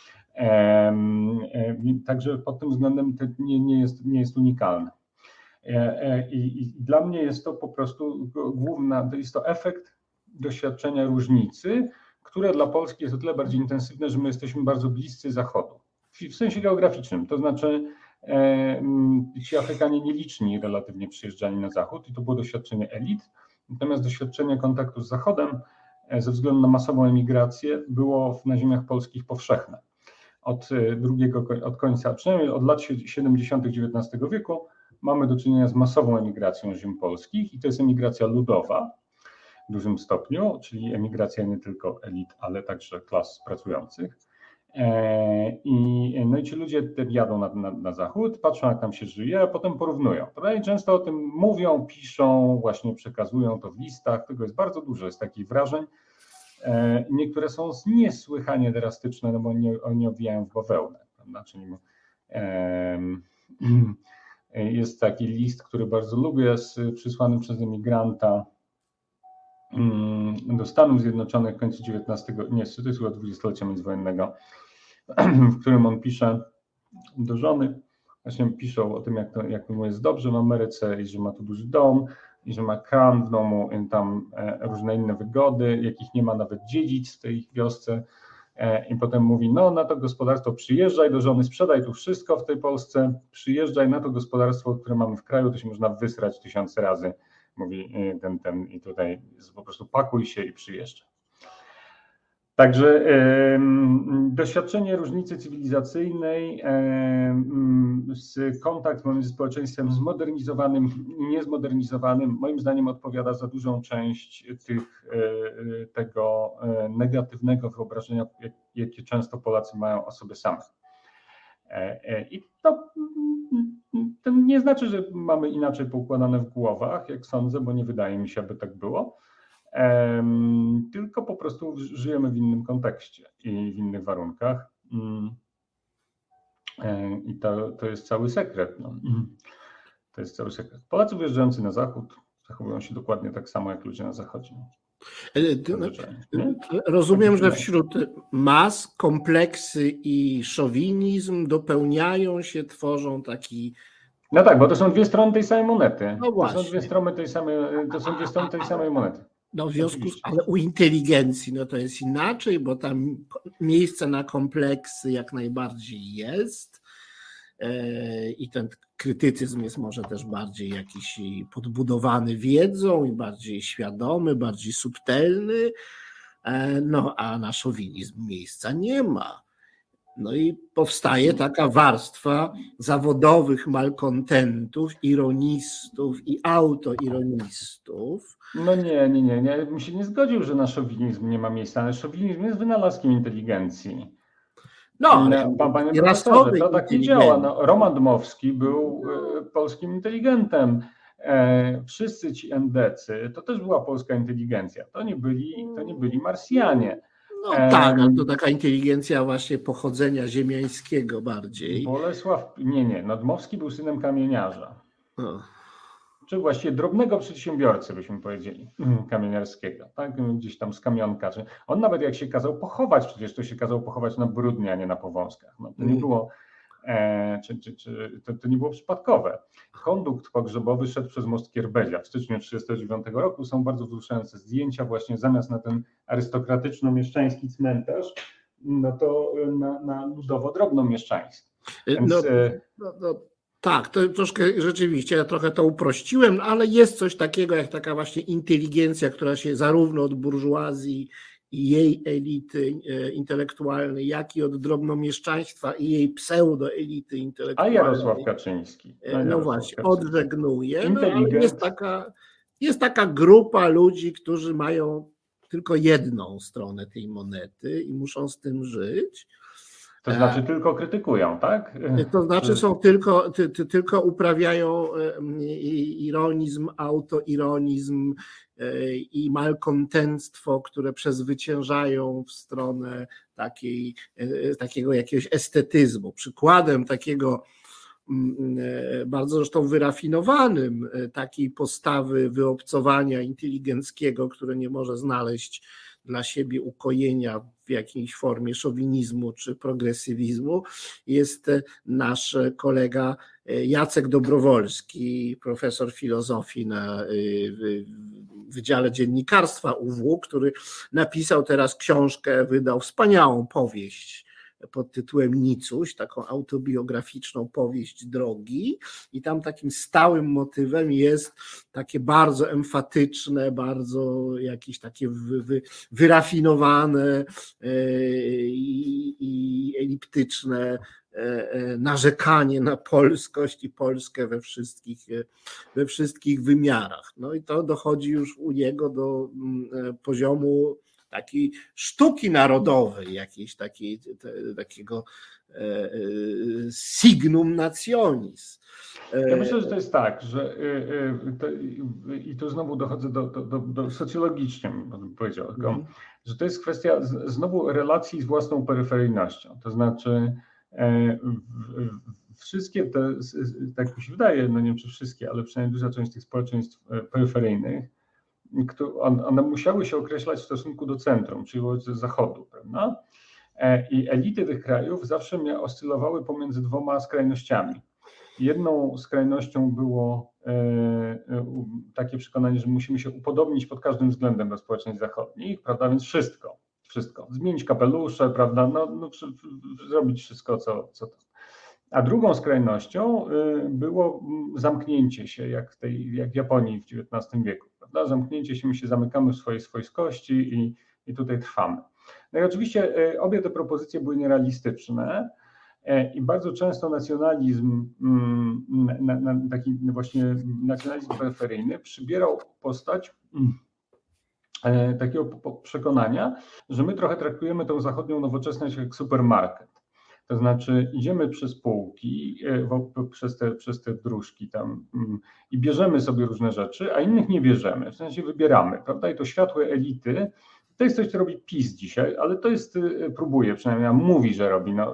Także pod tym względem to nie jest unikalne. I dla mnie jest to po prostu jest to efekt doświadczenia różnicy, które dla Polski jest o tyle bardziej intensywne, że my jesteśmy bardzo bliscy Zachodu. W sensie geograficznym, to znaczy ci Afrykanie nieliczni relatywnie przyjeżdżali na Zachód i to było doświadczenie elit, natomiast doświadczenie kontaktu z Zachodem ze względu na masową emigrację było na ziemiach polskich powszechne. Od końca, przynajmniej od lat 70. XIX wieku mamy do czynienia z masową emigracją ziem polskich i to jest emigracja ludowa w dużym stopniu, czyli emigracja nie tylko elit, ale także klas pracujących. No i ci ludzie jadą na Zachód, patrzą, jak tam się żyje, a potem porównują. Prawda? I często o tym mówią, piszą, właśnie przekazują to w listach. Tego jest bardzo dużo, jest takich wrażeń. Niektóre są niesłychanie drastyczne, no bo oni owijają w bawełnę. Prawda? Czyli jest taki list, który bardzo lubię, przysłany przez emigranta do Stanów Zjednoczonych w końcu to jest chyba dwudziestolecia międzywojennego, w którym on pisze do żony, właśnie piszą o tym, jak mu jest dobrze w Ameryce i że ma tu duży dom i że ma kran w domu i tam różne inne wygody, jakich nie ma nawet dziedzic w tej wiosce. I potem mówi, no na to gospodarstwo przyjeżdżaj do żony, sprzedaj tu wszystko w tej Polsce, przyjeżdżaj na to gospodarstwo, które mamy w kraju, to się można wysrać 1000 razy, mówi ten i tutaj po prostu pakuj się i przyjeżdżaj. Także doświadczenie różnicy cywilizacyjnej, kontakt między społeczeństwem zmodernizowanym i niezmodernizowanym, moim zdaniem odpowiada za dużą część tego negatywnego wyobrażenia, jakie często Polacy mają o sobie samych. I to nie znaczy, że mamy inaczej poukładane w głowach, jak sądzę, bo nie wydaje mi się, aby tak było. Tylko po prostu żyjemy w innym kontekście i w innych warunkach. I to jest cały sekret. No. To jest cały sekret. Polacy wyjeżdżający na Zachód zachowują się dokładnie tak samo jak ludzie na Zachodzie. Rozumiem, że wśród mas kompleksy i szowinizm dopełniają się, tworzą taki... No tak, bo to są dwie strony tej samej monety. No właśnie. To są dwie strony tej samej monety. No w związku z, ale u inteligencji no to jest inaczej, bo tam miejsce na kompleksy jak najbardziej jest i ten krytycyzm jest może też bardziej jakiś podbudowany wiedzą i bardziej świadomy, bardziej subtelny, no a na szowinizm miejsca nie ma. No i powstaje taka warstwa zawodowych malkontentów, ironistów i autoironistów. No nie. Ja bym się nie zgodził, że na szowinizm nie ma miejsca, ale szowinizm jest wynalazkiem inteligencji. No, ale panie profesorze, to tak nie działa. No, Roman Dmowski był polskim inteligentem. Wszyscy ci endecy, to też była polska inteligencja. To nie byli Marsjanie. No tak, ale to taka inteligencja właśnie pochodzenia ziemiańskiego bardziej. No Dmowski był synem kamieniarza. Czy właściwie drobnego przedsiębiorcy, byśmy powiedzieli, kamieniarskiego, tak? Gdzieś tam z Kamionka. On nawet jak się kazał pochować, przecież to się kazał pochować na Brudnie, a nie na Powązkach. No, to nie było, to nie było przypadkowe. Kondukt pogrzebowy szedł przez most Kierbedzia w styczniu 1939 roku. Są bardzo wzruszające zdjęcia właśnie zamiast na ten arystokratyczno-mieszczański cmentarz no to na ludowo-drobnomieszczaństwo. Więc... Tak, to troszkę rzeczywiście, ja trochę to uprościłem, ale jest coś takiego jak taka właśnie inteligencja, która się zarówno od burżuazji i jej elity intelektualnej, jak i od drobnomieszczaństwa i jej pseudoelity intelektualnej. A Jarosław Kaczyński. No właśnie, odżegnuje. No, ale jest taka grupa ludzi, którzy mają tylko jedną stronę tej monety i muszą z tym żyć. To znaczy tylko krytykują, tak? To znaczy są tylko uprawiają ironizm, autoironizm i malkontentstwo, które przezwyciężają w stronę takiego jakiegoś estetyzmu. Przykładem takiego bardzo zresztą wyrafinowanym takiej postawy wyobcowania inteligenckiego, które nie może znaleźć dla siebie ukojenia w jakiejś formie szowinizmu czy progresywizmu, jest nasz kolega Jacek Dobrowolski, profesor filozofii na Wydziale Dziennikarstwa UW, który napisał teraz książkę, wydał wspaniałą powieść pod tytułem Nicuś, taką autobiograficzną powieść drogi, i tam takim stałym motywem jest takie bardzo emfatyczne, bardzo jakieś takie wyrafinowane i eliptyczne narzekanie na polskość i Polskę we wszystkich wymiarach. No i to dochodzi już u niego do poziomu takiej sztuki narodowej, jakiejś takiego signum nationis. Ja myślę, że to jest tak, że i tu znowu dochodzę do socjologicznie, bym powiedział, że to jest kwestia znowu relacji z własną peryferyjnością. To znaczy wszystkie te, tak mi się wydaje, no nie wiem czy wszystkie, ale przynajmniej duża część tych społeczeństw peryferyjnych, one musiały się określać w stosunku do centrum, czyli wobec zachodu, prawda? I elity tych krajów zawsze oscylowały pomiędzy dwoma skrajnościami. Jedną skrajnością było takie przekonanie, że musimy się upodobnić pod każdym względem do społeczeństw zachodnich, prawda? Więc wszystko. Zmienić kapelusze, prawda? No, zrobić wszystko, co to. A drugą skrajnością było zamknięcie się, jak w Japonii w XIX wieku, prawda? Zamknięcie się, my się zamykamy w swojej swojskości i tutaj trwamy. No i oczywiście obie te propozycje były nierealistyczne i bardzo często nacjonalizm, taki właśnie nacjonalizm peryferyjny przybierał postać takiego przekonania, że my trochę traktujemy tą zachodnią nowoczesność jak supermarket. To znaczy idziemy przez półki, przez te dróżki tam i bierzemy sobie różne rzeczy, a innych nie bierzemy, w sensie wybieramy, prawda? I to światłe elity, to jest coś, co robi PiS dzisiaj, ale to jest, próbuje przynajmniej, mówi, że robi, no,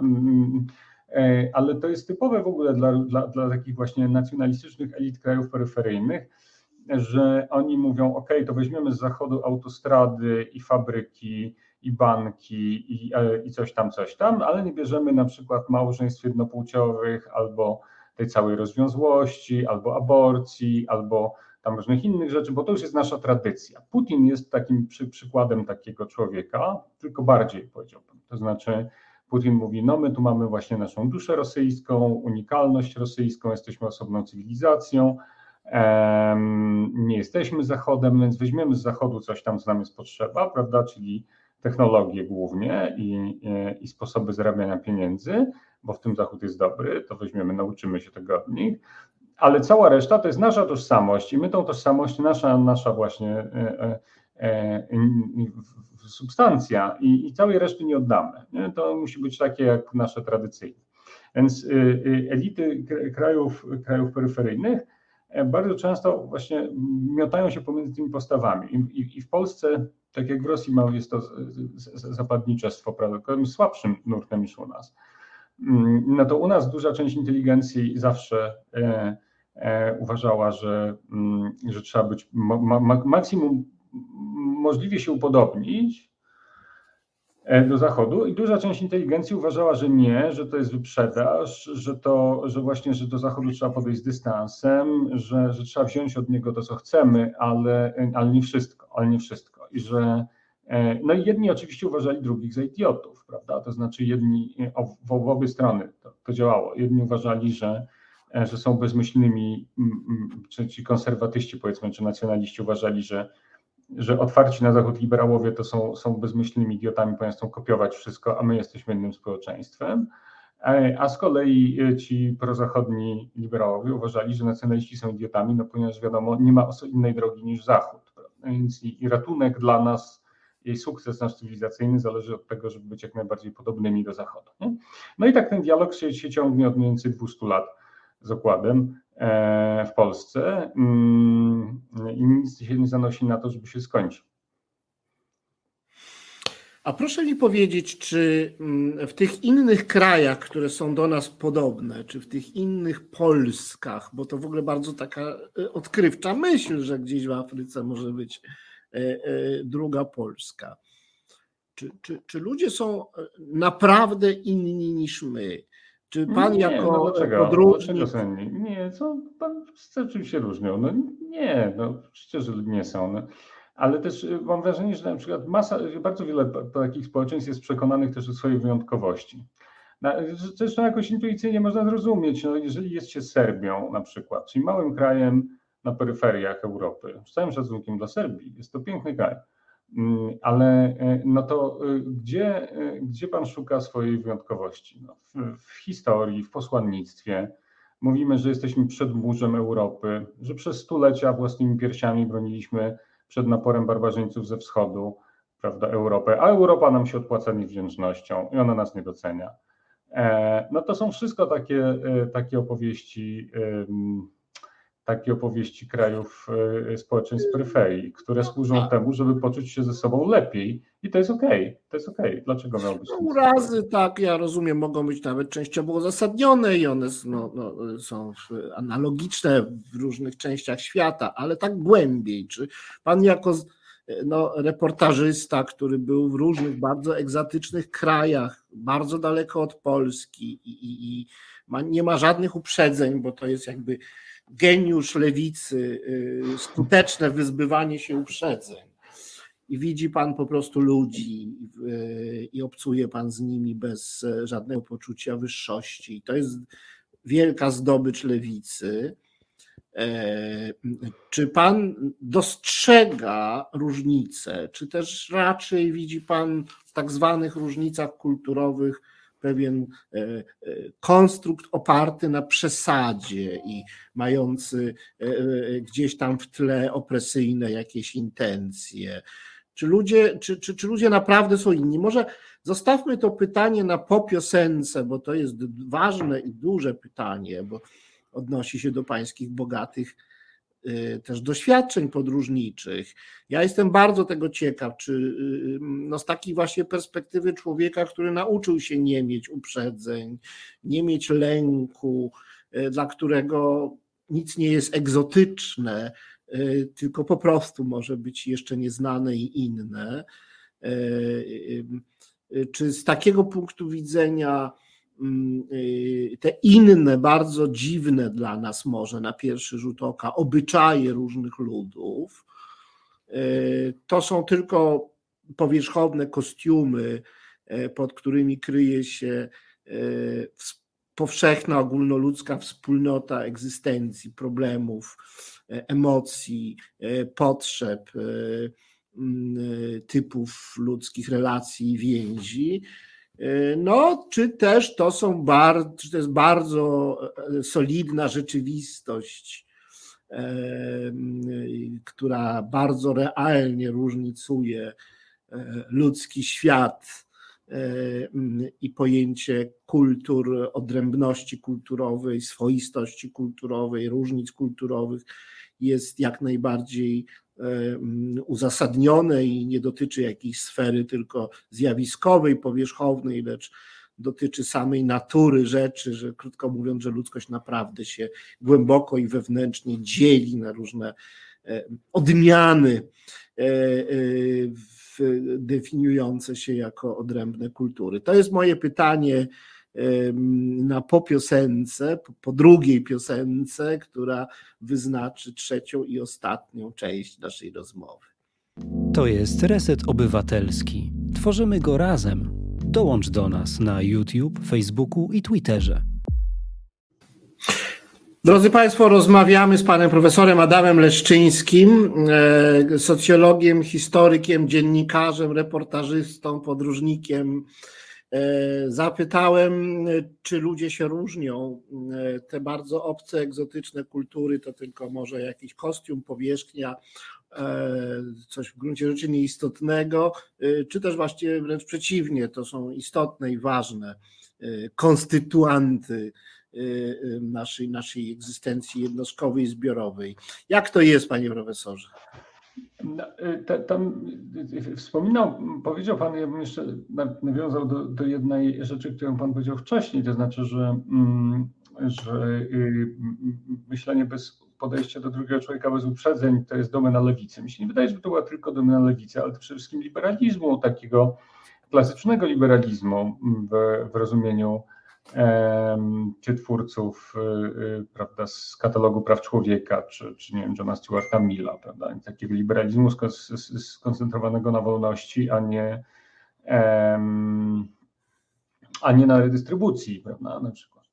ale to jest typowe w ogóle dla takich właśnie nacjonalistycznych elit krajów peryferyjnych, że oni mówią, ok, to weźmiemy z zachodu autostrady i fabryki, i banki, i coś tam, ale nie bierzemy na przykład małżeństw jednopłciowych, albo tej całej rozwiązłości, albo aborcji, albo tam różnych innych rzeczy, bo to już jest nasza tradycja. Putin jest takim przykładem takiego człowieka, tylko bardziej powiedziałbym. To znaczy Putin mówi, no my tu mamy właśnie naszą duszę rosyjską, unikalność rosyjską, jesteśmy osobną cywilizacją, nie jesteśmy Zachodem, więc weźmiemy z Zachodu coś tam, co nam jest potrzeba, prawda, czyli technologie głównie i sposoby zarabiania pieniędzy, bo w tym Zachód jest dobry, to weźmiemy, nauczymy się tego od nich, ale cała reszta to jest nasza tożsamość i my tą tożsamość, nasza właśnie substancja i całej reszty nie oddamy. Nie? To musi być takie jak nasze tradycyjne. Więc elity krajów peryferyjnych bardzo często właśnie miotają się pomiędzy tymi postawami i w Polsce, tak jak w Rosji jest to zapadniczestwo, prawda, słabszym nurtem niż u nas. No to u nas duża część inteligencji zawsze uważała, że trzeba być maksimum możliwie się upodobnić do Zachodu i duża część inteligencji uważała, że nie, że to jest wyprzedaż, że właśnie do Zachodu trzeba podejść z dystansem, że trzeba wziąć od niego to, co chcemy, ale nie wszystko. I że No i jedni oczywiście uważali drugich za idiotów, prawda? To znaczy jedni, w obie strony to działało. Jedni uważali, że są bezmyślnymi, czy ci konserwatyści, powiedzmy, czy nacjonaliści uważali, że otwarci na Zachód liberałowie to są bezmyślnymi idiotami, ponieważ chcą kopiować wszystko, a my jesteśmy innym społeczeństwem. A z kolei ci prozachodni liberałowie uważali, że nacjonaliści są idiotami, no ponieważ wiadomo, nie ma innej drogi niż Zachód. Prawda? Więc i ratunek dla nas, jej sukces nasz cywilizacyjny zależy od tego, żeby być jak najbardziej podobnymi do Zachodu. Nie? No i tak ten dialog się ciągnie od mniej więcej 200 lat z okładem w Polsce i nic się nie zanosi na to, żeby się skończył. A proszę mi powiedzieć, czy w tych innych krajach, które są do nas podobne, czy w tych innych Polskach, bo to w ogóle bardzo taka odkrywcza myśl, że gdzieś w Afryce może być druga Polska. Czy ludzie są naprawdę inni niż my? Czy pan jako podróżnik... Nie, pan oczywiście różnią. No nie, no przecież nie są. No. Ale też mam wrażenie, że na przykład bardzo wiele takich społeczeństw jest przekonanych też o swojej wyjątkowości. Zresztą jakoś intuicyjnie można zrozumieć, no jeżeli jest się Serbią na przykład, czyli małym krajem na peryferiach Europy, z całym szacunkiem dla Serbii, jest to piękny kraj, ale no to gdzie pan szuka swojej wyjątkowości? No, w historii, w posłannictwie. Mówimy, że jesteśmy przedmurzem Europy, że przez stulecia własnymi piersiami broniliśmy przed naporem barbarzyńców ze wschodu, prawda, Europę, a Europa nam się odpłaca niewdzięcznością i ona nas nie docenia. No to są wszystko takie opowieści krajów społeczeństw peryferii, które służą temu, żeby poczuć się ze sobą lepiej i to jest okej. Dlaczego miało być? Urazy, tak, ja rozumiem, mogą być nawet częściowo uzasadnione i one są analogiczne w różnych częściach świata, ale tak głębiej. Czy pan jako reportażysta, który był w różnych bardzo egzotycznych krajach, bardzo daleko od Polski i nie ma żadnych uprzedzeń, bo to jest jakby geniusz lewicy, skuteczne wyzbywanie się uprzedzeń. I widzi pan po prostu ludzi i obcuje pan z nimi bez żadnego poczucia wyższości. I to jest wielka zdobycz lewicy. Czy pan dostrzega różnice, czy też raczej widzi pan w tak zwanych różnicach kulturowych pewien konstrukt oparty na przesadzie i mający gdzieś tam w tle opresyjne jakieś intencje? Czy ludzie naprawdę są inni? Może zostawmy to pytanie po piosence, bo to jest ważne i duże pytanie, bo odnosi się do pańskich bogatych też doświadczeń podróżniczych. Ja jestem bardzo tego ciekaw, czy z takiej właśnie perspektywy człowieka, który nauczył się nie mieć uprzedzeń, nie mieć lęku, dla którego nic nie jest egzotyczne, tylko po prostu może być jeszcze nieznane i inne. Czy z takiego punktu widzenia te inne, bardzo dziwne dla nas może na pierwszy rzut oka obyczaje różnych ludów, to są tylko powierzchowne kostiumy, pod którymi kryje się powszechna, ogólnoludzka wspólnota egzystencji, problemów, emocji, potrzeb, typów ludzkich relacji i więzi. Czy też to jest bardzo solidna rzeczywistość, która bardzo realnie różnicuje ludzki świat i pojęcie kultur, odrębności kulturowej, swoistości kulturowej, różnic kulturowych jest jak najbardziej uzasadnione i nie dotyczy jakiejś sfery tylko zjawiskowej, powierzchownej, lecz dotyczy samej natury rzeczy, że krótko mówiąc, że ludzkość naprawdę się głęboko i wewnętrznie dzieli na różne odmiany definiujące się jako odrębne kultury. To jest moje pytanie po piosence, po drugiej piosence, która wyznaczy trzecią i ostatnią część naszej rozmowy. To jest Reset Obywatelski. Tworzymy go razem. Dołącz do nas na YouTube, Facebooku i Twitterze. Drodzy Państwo, rozmawiamy z panem profesorem Adamem Leszczyńskim, socjologiem, historykiem, dziennikarzem, reportażystą, podróżnikiem. Zapytałem, czy ludzie się różnią. Te bardzo obce, egzotyczne kultury to tylko może jakiś kostium, powierzchnia, coś w gruncie rzeczy nieistotnego, czy też właściwie wręcz przeciwnie, to są istotne i ważne konstytuanty naszej egzystencji jednostkowej i zbiorowej. Jak to jest, panie profesorze? Tam powiedział pan, ja bym jeszcze nawiązał do jednej rzeczy, którą pan powiedział wcześniej, to znaczy, że myślenie bez podejścia do drugiego człowieka bez uprzedzeń to jest domena lewicy. Mi się nie wydaje, że to była tylko domena lewicy, ale to przede wszystkim liberalizmu, takiego klasycznego liberalizmu w rozumieniu czy twórców, prawda, z katalogu praw człowieka, czy nie wiem, Johna Stuarta Milla, prawda, takiego liberalizmu skoncentrowanego na wolności, a nie na redystrybucji, prawda, na przykład.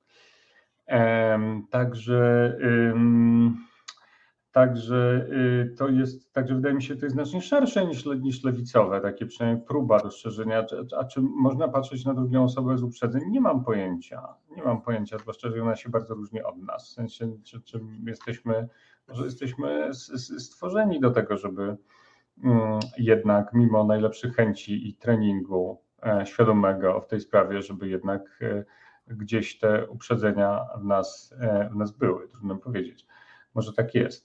Także wydaje mi się, że to jest znacznie szersze niż lewicowe, takie przynajmniej próba rozszerzenia. A czy można patrzeć na drugą osobę z uprzedzeń? Nie mam pojęcia, zwłaszcza, że ona się bardzo różni od nas. W sensie, czy może jesteśmy stworzeni do tego, żeby jednak mimo najlepszych chęci i treningu świadomego w tej sprawie, żeby jednak gdzieś te uprzedzenia w nas były, trudno powiedzieć. Może tak jest.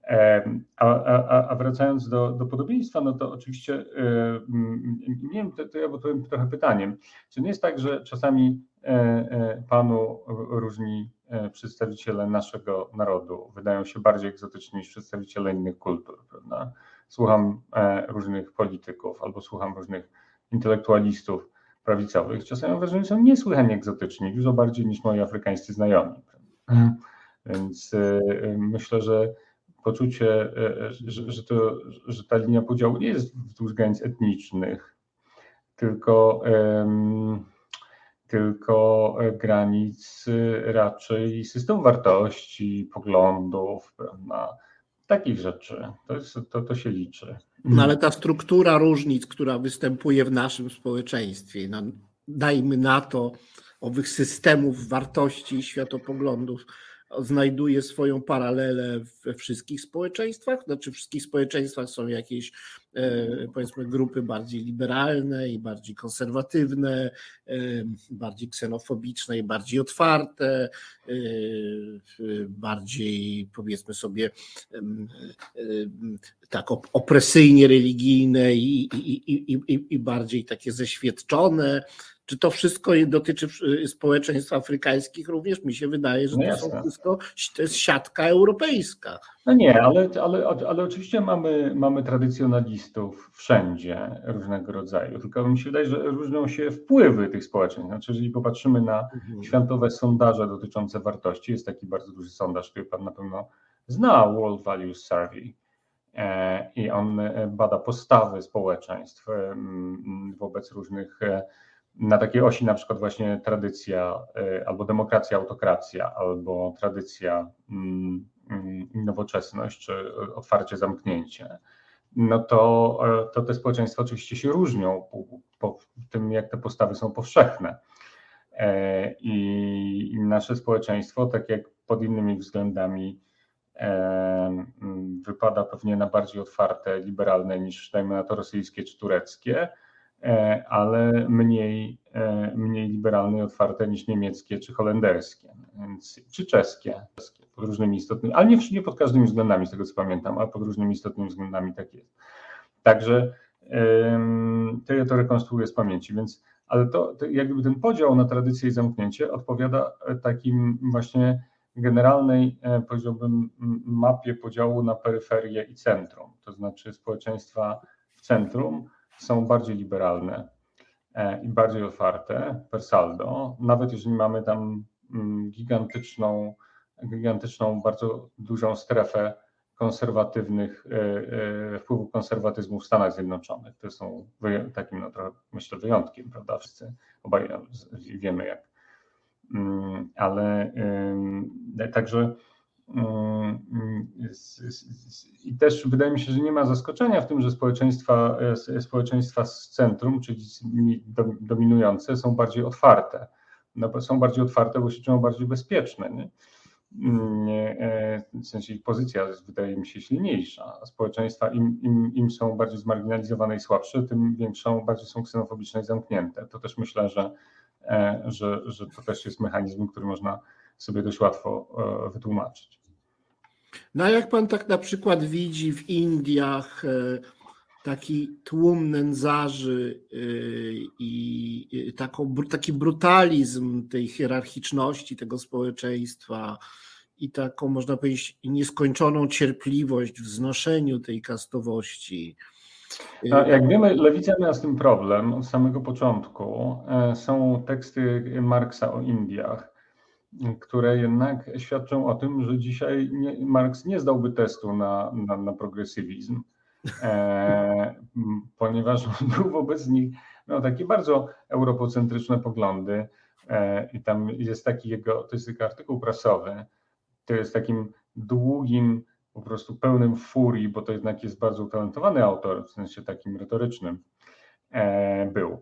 A wracając do podobieństwa, no to oczywiście, nie wiem, to ja odpowiem trochę pytaniem. Czy nie jest tak, że czasami panu różni przedstawiciele naszego narodu wydają się bardziej egzotyczni niż przedstawiciele innych kultur, prawda? Słucham różnych polityków albo słucham różnych intelektualistów prawicowych. Czasami mam wrażenie, że są niesłychanie egzotyczni, dużo bardziej niż moi afrykańscy znajomi. Prawda? Więc myślę, że poczucie, że ta linia podziału nie jest wzdłuż granic etnicznych, tylko granic raczej systemu wartości, poglądów, prawda? Takich rzeczy. To się liczy. No ale ta struktura różnic, która występuje w naszym społeczeństwie, no, dajmy na to, owych systemów wartości i światopoglądów, znajduje swoją paralelę we wszystkich społeczeństwach? Znaczy w wszystkich społeczeństwach są jakieś, powiedzmy, grupy bardziej liberalne i bardziej konserwatywne, bardziej ksenofobiczne i bardziej otwarte, bardziej, powiedzmy sobie, tak opresyjnie religijne i bardziej takie zeświadczone. Czy to wszystko dotyczy społeczeństw afrykańskich również? Mi się wydaje, że to jest siatka europejska. No nie, ale oczywiście mamy tradycjonalistów wszędzie różnego rodzaju, tylko mi się wydaje, że różnią się wpływy tych społeczeństw. Znaczy, jeżeli popatrzymy na światowe sondaże dotyczące wartości, jest taki bardzo duży sondaż, który pan na pewno zna, World Values Survey, i on bada postawy społeczeństw wobec różnych, na takiej osi na przykład właśnie tradycja albo demokracja, autokracja, albo tradycja, nowoczesność, czy otwarcie, zamknięcie, no to te społeczeństwa oczywiście się różnią po tym, jak te postawy są powszechne. I nasze społeczeństwo, tak jak pod innymi względami, wypada pewnie na bardziej otwarte, liberalne niż, dajmy na to, rosyjskie czy tureckie, ale mniej liberalne i otwarte niż niemieckie czy holenderskie, czy czeskie, pod różnymi istotnymi, ale nie pod każdymi względami, z tego co pamiętam, ale pod różnymi istotnymi względami tak jest. Także to ja to rekonstruuję z pamięci, więc, ale to jakby ten podział na tradycję i zamknięcie odpowiada takim właśnie generalnej, powiedziałbym, mapie podziału na peryferię i centrum, to znaczy społeczeństwa w centrum są bardziej liberalne i bardziej otwarte per saldo, nawet jeżeli mamy tam gigantyczną, bardzo dużą strefę wpływu konserwatyzmu w Stanach Zjednoczonych. To są takim, trochę, myślę, wyjątkiem, prawda? Wszyscy obaj wiemy jak. Ale także i też wydaje mi się, że nie ma zaskoczenia w tym, że społeczeństwa z centrum, czyli dominujące, są bardziej otwarte. No bo są bardziej otwarte, bo się czują bardziej bezpieczne. Nie? W sensie ich pozycja wydaje mi się silniejsza. A społeczeństwa im są bardziej zmarginalizowane i słabsze, tym bardziej są ksenofobiczne i zamknięte. To też myślę, że to też jest mechanizm, który można sobie dość łatwo wytłumaczyć. No a jak pan tak na przykład widzi w Indiach taki tłum nędzarzy i taki brutalizm tej hierarchiczności tego społeczeństwa i taką, można powiedzieć, nieskończoną cierpliwość w znoszeniu tej kastowości. No, jak wiemy, lewica miała z tym problem od samego początku. Są teksty Marksa o Indiach, które jednak świadczą o tym, że dzisiaj Marks nie zdałby testu na progresywizm, ponieważ był wobec nich, miał takie bardzo europocentryczne poglądy i tam jest to jest taki artykuł prasowy, to jest takim długim, po prostu pełnym furii, bo to jednak jest bardzo utalentowany autor, w sensie takim retorycznym był.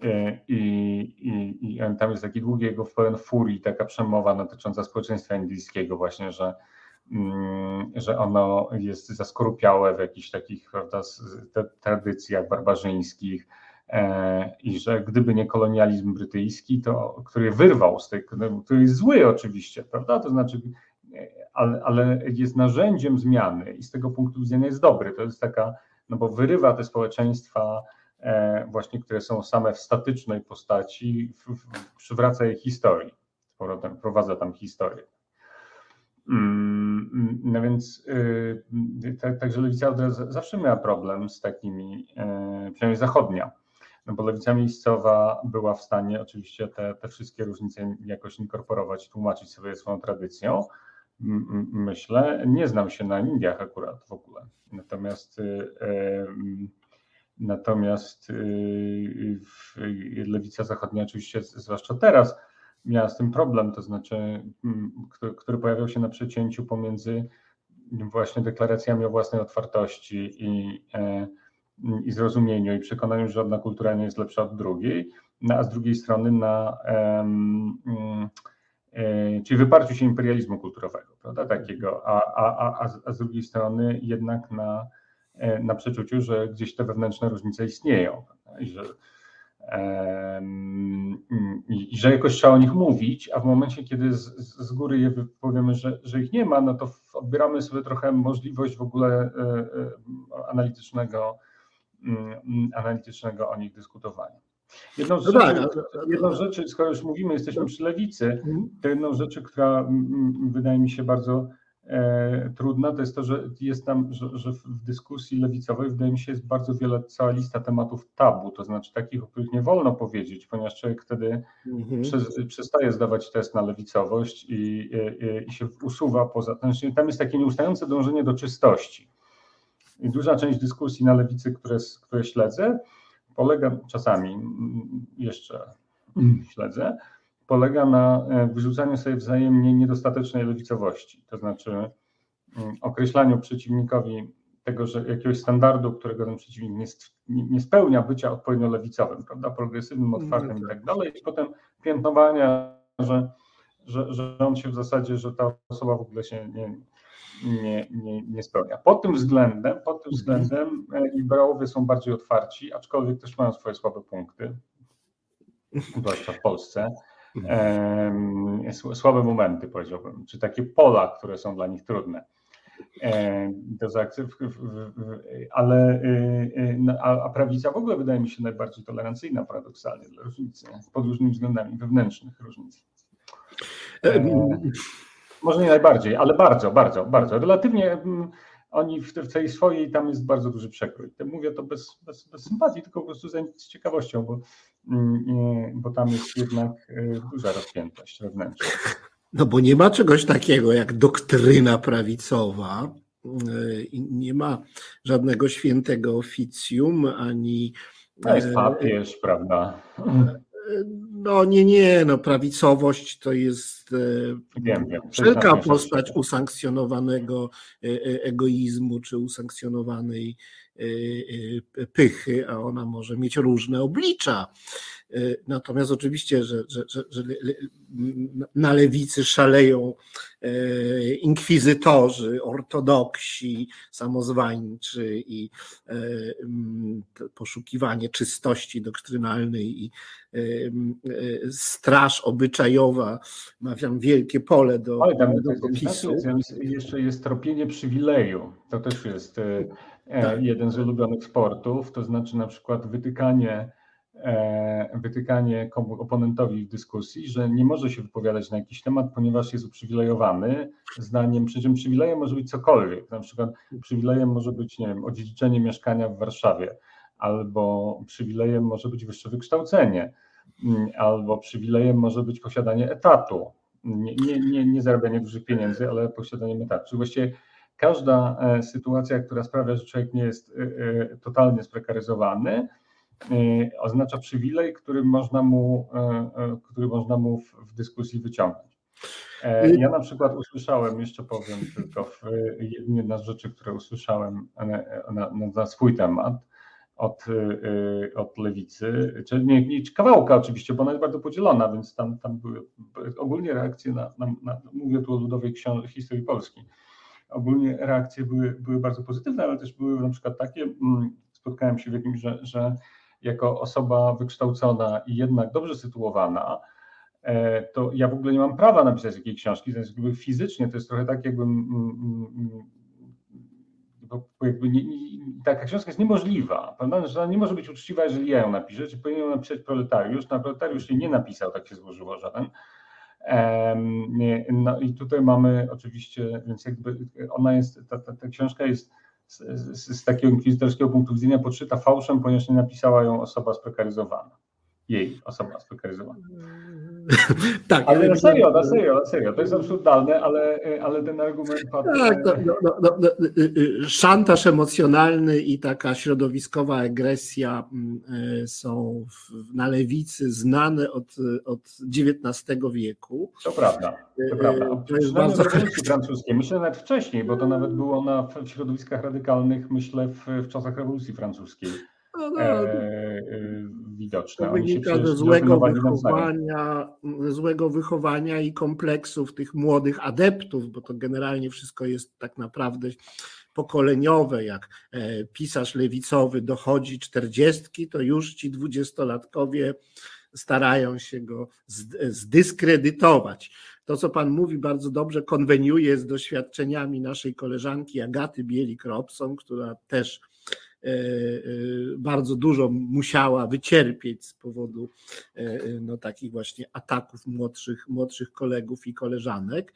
I tam jest taki długi jego pełen furii, taka przemowa dotycząca społeczeństwa indyjskiego właśnie, że ono jest zaskorupiałe w jakichś takich, prawda, tradycjach barbarzyńskich i że gdyby nie kolonializm brytyjski, który wyrwał z tej, który jest zły oczywiście, prawda, to znaczy, ale jest narzędziem zmiany i z tego punktu widzenia jest dobry. To jest taka, no bo wyrywa te społeczeństwa właśnie, które są same w statycznej postaci, przywraca je historii, wprowadza tam historię. No więc także lewica zawsze miała problem z takimi, przynajmniej zachodnia, no bo lewica miejscowa była w stanie oczywiście te wszystkie różnice jakoś inkorporować, tłumaczyć sobie swoją tradycją. Myślę, nie znam się na Indiach akurat w ogóle, natomiast lewica zachodnia oczywiście, zwłaszcza teraz, miała z tym problem, to znaczy, który pojawiał się na przecięciu pomiędzy właśnie deklaracjami o własnej otwartości i zrozumieniu i przekonaniu, że żadna kultura nie jest lepsza od drugiej, a z drugiej strony czyli wyparciu się imperializmu kulturowego, prawda, takiego, a z drugiej strony jednak na przeczuciu, że gdzieś te wewnętrzne różnice istnieją, prawda, i że jakoś trzeba o nich mówić, a w momencie, kiedy z góry je powiemy, że ich nie ma, no to odbieramy sobie trochę możliwość w ogóle analitycznego o nich dyskutowania. Jedną rzecz, skoro już mówimy, jesteśmy przy lewicy, to jedną rzecz, która wydaje mi się bardzo trudna, to jest to, że jest tam, że w dyskusji lewicowej wydaje mi się jest bardzo cała lista tematów tabu, to znaczy takich, o których nie wolno powiedzieć, ponieważ człowiek wtedy przestaje zdawać test na lewicowość i się usuwa poza, znaczy tam jest takie nieustające dążenie do czystości. I duża część dyskusji na lewicy, które śledzę, polega czasami, jeszcze śledzę, polega na wyrzucaniu sobie wzajemnie niedostatecznej lewicowości, to znaczy określaniu przeciwnikowi tego, że jakiegoś standardu, którego ten przeciwnik nie spełnia, bycia odpowiednio lewicowym, prawda, progresywnym, otwartym i tak dalej, i potem piętnowania, że on się w zasadzie, że ta osoba w ogóle się nie spełnia. Pod tym względem liberałowie są bardziej otwarci, aczkolwiek też mają swoje słabe punkty, zwłaszcza w Polsce. Słabe momenty, powiedziałbym, czy takie pola, które są dla nich trudne. A prawica w ogóle wydaje mi się najbardziej tolerancyjna paradoksalnie dla różnicy, pod różnymi względami wewnętrznych różnic. Może nie najbardziej, ale bardzo, bardzo, bardzo. Relatywnie oni w tej swojej, tam jest bardzo duży przekrój. Mówię to bez sympatii, tylko po prostu z ciekawością, bo tam jest jednak duża rozpiętość wewnętrzna. No bo nie ma czegoś takiego jak doktryna prawicowa, nie ma żadnego świętego oficjum, ani... To jest papież, prawda? No nie, prawicowość to jest wiem. wszelka postać usankcjonowanego egoizmu czy usankcjonowanej pychy, a ona może mieć różne oblicza. Natomiast oczywiście, że na lewicy szaleją inkwizytorzy, ortodoksi, samozwańczy i poszukiwanie czystości doktrynalnej i straż obyczajowa ma tam wielkie pole do popisu. Jeszcze jest tropienie przywileju. To też jest jeden z ulubionych sportów, to znaczy na przykład wytykanie oponentowi w dyskusji, że nie może się wypowiadać na jakiś temat, ponieważ jest uprzywilejowany zdaniem, przy czym przywilejem może być cokolwiek. Na przykład przywilejem może być, nie wiem, odziedziczenie mieszkania w Warszawie, albo przywilejem może być wyższe wykształcenie, albo przywilejem może być posiadanie etatu. Nie zarabianie dużych pieniędzy, ale posiadanie etatu. Czyli właściwie każda sytuacja, która sprawia, że człowiek nie jest totalnie sprekaryzowany, oznacza przywilej, który można mu w dyskusji wyciągnąć. Ja na przykład usłyszałem, jeszcze powiem tylko, jedna z rzeczy, które usłyszałem na swój temat od lewicy, czy nie kawałka oczywiście, bo ona jest bardzo podzielona, więc tam były ogólnie reakcje mówię tu o ludowej historii Polski, ogólnie reakcje były bardzo pozytywne, ale też były na przykład takie, spotkałem się w jakimś, że jako osoba wykształcona i jednak dobrze sytuowana, to ja w ogóle nie mam prawa napisać takiej książki, więc jakby fizycznie to jest trochę tak, taka książka jest niemożliwa, prawda? Że ona nie może być uczciwa, jeżeli ja ją napiszę, czy powinien ją napisać proletariusz. Na proletariusz się nie napisał, tak się złożyło żaden. No i tutaj mamy oczywiście, więc jakby ona jest, ta książka jest z takiego inkwizytorskiego punktu widzenia podszyta fałszem, ponieważ nie napisała ją osoba sprekaryzowana. Jej osoba sprekaryzowana. Tak, ale na serio, to jest absurdalne, ale ten argument padł. Tak, szantaż emocjonalny i taka środowiskowa agresja są na lewicy znane od XIX wieku. To prawda. To jest bardzo w rewolucji francuskiej, myślę nawet wcześniej, bo to nawet było w środowiskach radykalnych, myślę w czasach rewolucji francuskiej. Widoczne. To wynika ze złego wychowania i kompleksów tych młodych adeptów, bo to generalnie wszystko jest tak naprawdę pokoleniowe. Jak pisarz lewicowy dochodzi 40, to już ci 20-latkowie starają się go zdyskredytować. To, co pan mówi, bardzo dobrze konweniuje z doświadczeniami naszej koleżanki Agaty Bielik-Robson, która też bardzo dużo musiała wycierpieć z powodu takich właśnie ataków młodszych kolegów i koleżanek.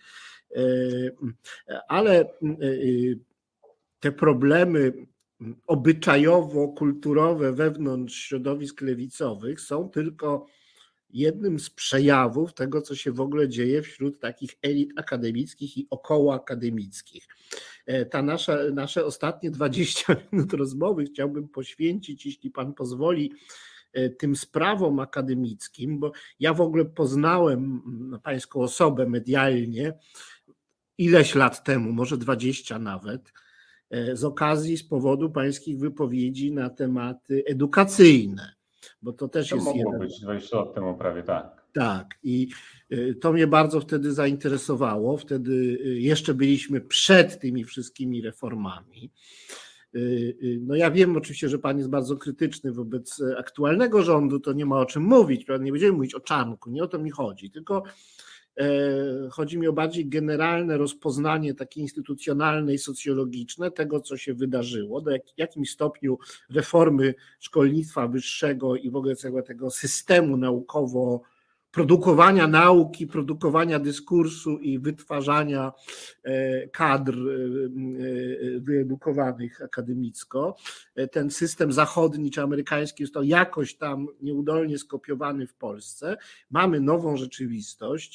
Ale te problemy obyczajowo-kulturowe wewnątrz środowisk lewicowych są tylko jednym z przejawów tego, co się w ogóle dzieje wśród takich elit akademickich i okołoakademickich. Nasze ostatnie 20 minut rozmowy chciałbym poświęcić, jeśli pan pozwoli, tym sprawom akademickim, bo ja w ogóle poznałem pańską osobę medialnie ileś lat temu, może 20 nawet, z powodu pańskich wypowiedzi na tematy edukacyjne. Bo to też jest mogło być 20 lat temu prawie, tak. Tak, i to mnie bardzo wtedy zainteresowało. Wtedy jeszcze byliśmy przed tymi wszystkimi reformami. No ja wiem oczywiście, że pan jest bardzo krytyczny wobec aktualnego rządu, to nie ma o czym mówić, prawda? Nie będziemy mówić o Czarnku, nie o to mi chodzi, tylko chodzi mi o bardziej generalne rozpoznanie takie instytucjonalne i socjologiczne tego, co się wydarzyło, do jakim stopniu reformy szkolnictwa wyższego i w ogóle całego tego systemu naukowo, produkowania nauki, produkowania dyskursu i wytwarzania kadr wyedukowanych akademicko. Ten system zachodni czy amerykański został jakoś tam nieudolnie skopiowany w Polsce. Mamy nową rzeczywistość.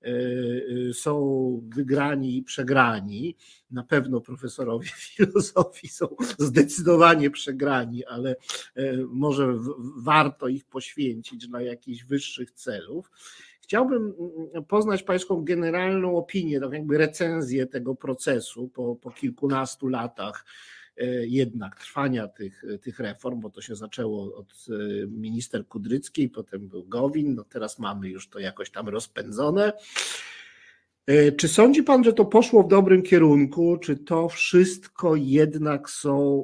są wygrani i przegrani. Na pewno profesorowie filozofii są zdecydowanie przegrani, ale może warto ich poświęcić dla jakichś wyższych celów. Chciałbym poznać pańską generalną opinię, tak jakby recenzję tego procesu po kilkunastu latach jednak trwania tych reform, bo to się zaczęło od minister Kudryckiej, potem był Gowin, no teraz mamy już to jakoś tam rozpędzone. Czy sądzi pan, że to poszło w dobrym kierunku, czy to wszystko jednak są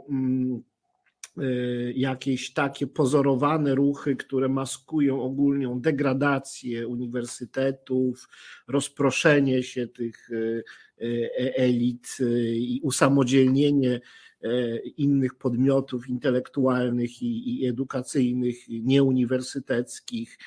jakieś takie pozorowane ruchy, które maskują ogólną degradację uniwersytetów, rozproszenie się tych elit i usamodzielnienie innych podmiotów intelektualnych i edukacyjnych, nieuniwersyteckich?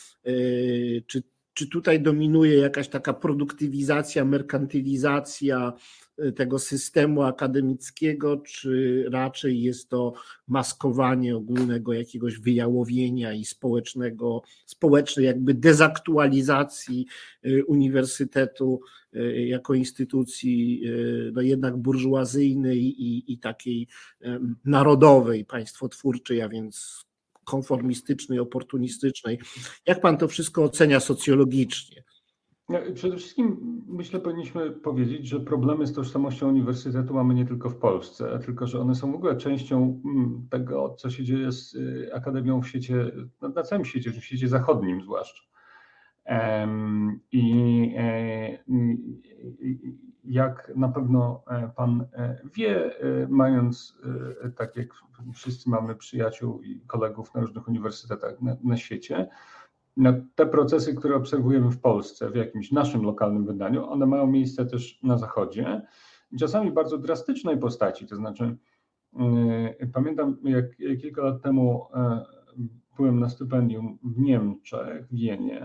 Czy tutaj dominuje jakaś taka produktywizacja, merkantylizacja tego systemu akademickiego, czy raczej jest to maskowanie ogólnego jakiegoś wyjałowienia i społecznej jakby dezaktualizacji uniwersytetu jako instytucji no jednak burżuazyjnej i takiej narodowej, państwotwórczej, a więc konformistycznej, oportunistycznej. Jak pan to wszystko ocenia socjologicznie? Przede wszystkim myślę, powinniśmy powiedzieć, że problemy z tożsamością uniwersytetu mamy nie tylko w Polsce, tylko że one są w ogóle częścią tego, co się dzieje z akademią w świecie, na całym świecie, w świecie zachodnim zwłaszcza. I jak na pewno pan wie, mając, tak jak wszyscy mamy przyjaciół i kolegów na różnych uniwersytetach na świecie, te procesy, które obserwujemy w Polsce w jakimś naszym lokalnym wydaniu, one mają miejsce też na Zachodzie, czasami bardzo drastycznej postaci. To znaczy, pamiętam, jak kilka lat temu byłem na stypendium w Niemczech, w Wienie,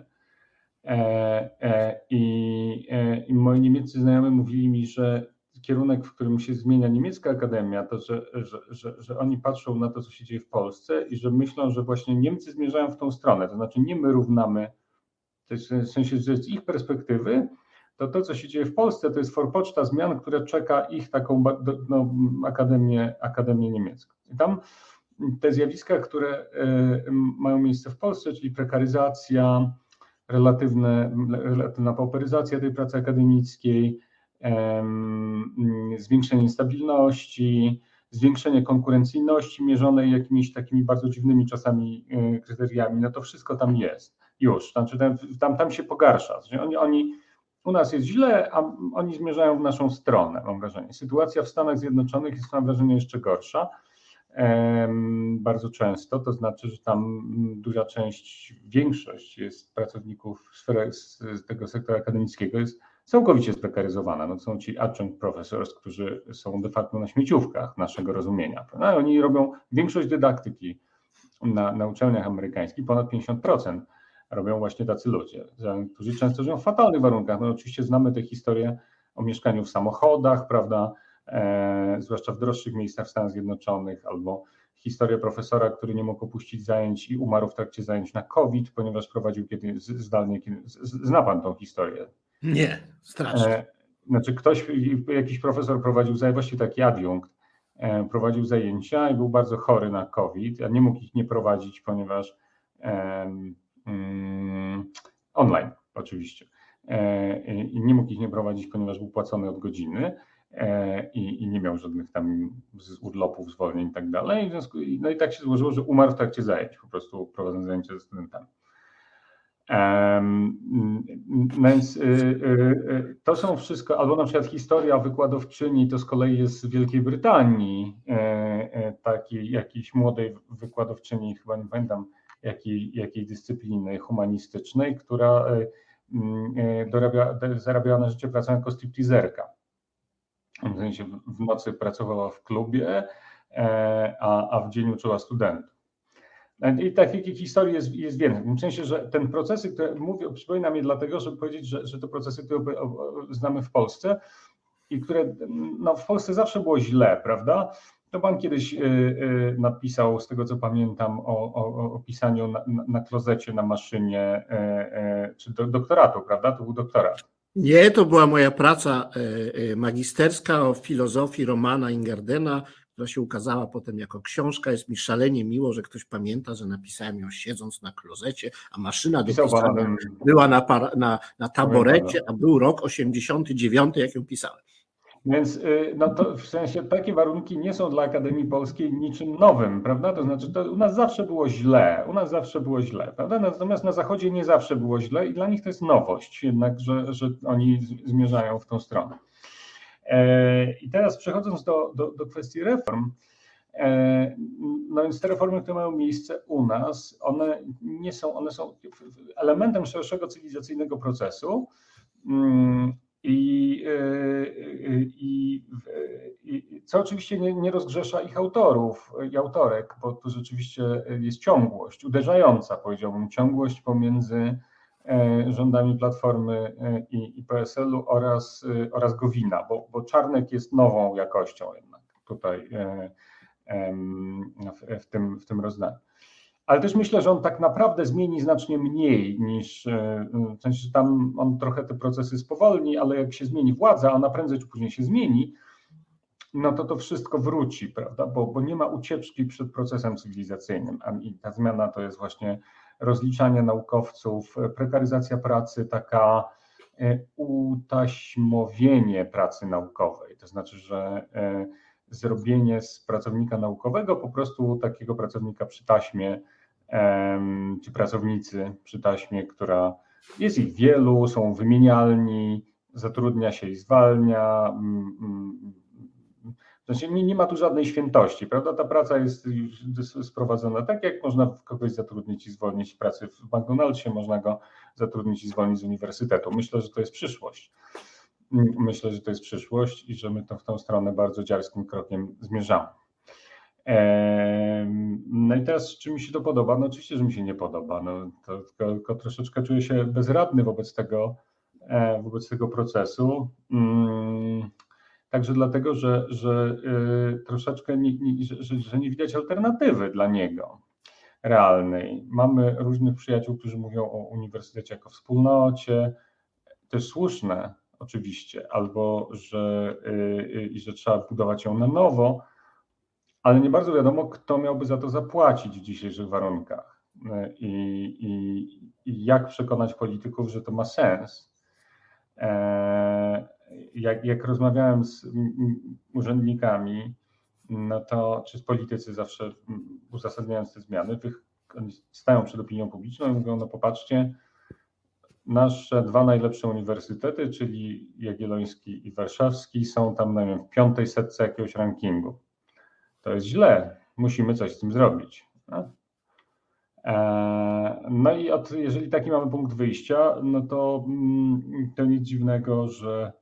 i moi niemieccy znajomi mówili mi, że kierunek, w którym się zmienia niemiecka akademia, to że oni patrzą na to, co się dzieje w Polsce i że myślą, że właśnie Niemcy zmierzają w tą stronę. To znaczy nie my równamy, w sensie, że z ich perspektywy, to co się dzieje w Polsce, to jest forpoczta zmian, która czeka ich taką akademię niemiecką. I tam te zjawiska, które mają miejsce w Polsce, czyli prekaryzacja, relatywna pauperyzacja tej pracy akademickiej, zwiększenie niestabilności, zwiększenie konkurencyjności mierzonej jakimiś takimi bardzo dziwnymi czasami kryteriami, no to wszystko tam jest już, znaczy tam się pogarsza. U nas jest źle, a oni zmierzają w naszą stronę, mam wrażenie. Sytuacja w Stanach Zjednoczonych jest, mam wrażenie, jeszcze gorsza. Bardzo często, to znaczy, że tam duża większość jest pracowników z tego sektora akademickiego jest całkowicie sprekaryzowana. No, są ci adjunct professors, którzy są de facto na śmieciówkach naszego rozumienia. No, oni robią większość dydaktyki na uczelniach amerykańskich, ponad 50% robią właśnie tacy ludzie, którzy często żyją w fatalnych warunkach. No, oczywiście znamy tę historię o mieszkaniu w samochodach, prawda, zwłaszcza w droższych miejscach w Stanach Zjednoczonych, albo historię profesora, który nie mógł opuścić zajęć i umarł w trakcie zajęć na COVID, ponieważ prowadził zdalnie. Zna pan tą historię? Nie, strasznie. Znaczy jakiś profesor prowadził zajęcia, właściwie taki adiunkt, prowadził zajęcia i był bardzo chory na COVID, a nie mógł ich nie prowadzić, ponieważ online oczywiście. I nie mógł ich nie prowadzić, ponieważ był płacony od godziny i nie miał żadnych tam urlopów, zwolnień i tak dalej. No i tak się złożyło, że umarł w trakcie zajęć, po prostu prowadząc zajęcia ze studentami. Więc to są wszystko, albo na przykład historia wykładowczyni, to z kolei jest z Wielkiej Brytanii, takiej jakiejś młodej wykładowczyni, chyba nie pamiętam jakiej dyscypliny humanistycznej, która zarabiała na życie pracą jako stripteaserka. W sensie w nocy pracowała w klubie, a w dzień uczyła studentów. I takich historii jest więcej. W sensie, że ten procesy, które mówię, przypominam je dlatego, żeby powiedzieć, że to procesy, które znamy w Polsce i które no, w Polsce zawsze było źle, prawda? To pan kiedyś napisał, z tego co pamiętam, o pisaniu na klozecie, na maszynie, czy doktoratu, prawda? To był doktorat. Nie, to była moja praca magisterska o filozofii Romana Ingardena, która się ukazała potem jako książka. Jest mi szalenie miło, że ktoś pamięta, że napisałem ją siedząc na klozecie, a maszyna do pisania była na taborecie, a był rok 89, jak ją pisałem. Więc no to w sensie takie warunki nie są dla Akademii Polskiej niczym nowym, prawda? To znaczy u nas zawsze było źle, prawda? Natomiast na Zachodzie nie zawsze było źle i dla nich to jest nowość jednak, że oni zmierzają w tą stronę. I teraz przechodząc do kwestii reform, no więc te reformy, które mają miejsce u nas, one są elementem szerszego cywilizacyjnego procesu. I co oczywiście nie rozgrzesza ich autorów i autorek, bo tu rzeczywiście jest ciągłość, uderzająca, powiedziałbym, ciągłość pomiędzy rządami Platformy i PSL-u oraz Gowina, bo Czarnek jest nową jakością jednak tutaj w tym rozdaniu. Ale też myślę, że on tak naprawdę zmieni znacznie mniej niż, w sensie, że tam on trochę te procesy spowolni, ale jak się zmieni władza, a ona prędzej czy później się zmieni, no to wszystko wróci, prawda, bo nie ma ucieczki przed procesem cywilizacyjnym. I ta zmiana to jest właśnie rozliczanie naukowców, prekaryzacja pracy, taka utaśmowienie pracy naukowej. To znaczy, że zrobienie z pracownika naukowego po prostu takiego pracownika przy taśmie, czy pracownicy przy taśmie, która jest ich wielu, są wymienialni, zatrudnia się i zwalnia. Znaczy nie ma tu żadnej świętości, prawda? Ta praca jest sprowadzona tak, jak można kogoś zatrudnić i zwolnić z pracy w McDonald'sie, można go zatrudnić i zwolnić z uniwersytetu. Myślę, że to jest przyszłość i że my to w tą stronę bardzo dziarskim krokiem zmierzamy. No i teraz, czy mi się to podoba? No oczywiście, że mi się nie podoba. No, tylko troszeczkę czuję się bezradny wobec tego procesu. Także dlatego, że troszeczkę że nie widać alternatywy dla niego realnej. Mamy różnych przyjaciół, którzy mówią o uniwersytecie jako wspólnocie. To jest słuszne oczywiście, albo że trzeba budować ją na nowo, ale nie bardzo wiadomo, kto miałby za to zapłacić w dzisiejszych warunkach i jak przekonać polityków, że to ma sens. Jak rozmawiałem z urzędnikami, no to czy z politycy zawsze uzasadniając te zmiany, oni stają przed opinią publiczną i mówią, no popatrzcie, nasze dwa najlepsze uniwersytety, czyli Jagielloński i Warszawski, są tam, nie wiem, w 5. setce jakiegoś rankingu. To jest źle, musimy coś z tym zrobić. No i jeżeli taki mamy punkt wyjścia, no to nic dziwnego, że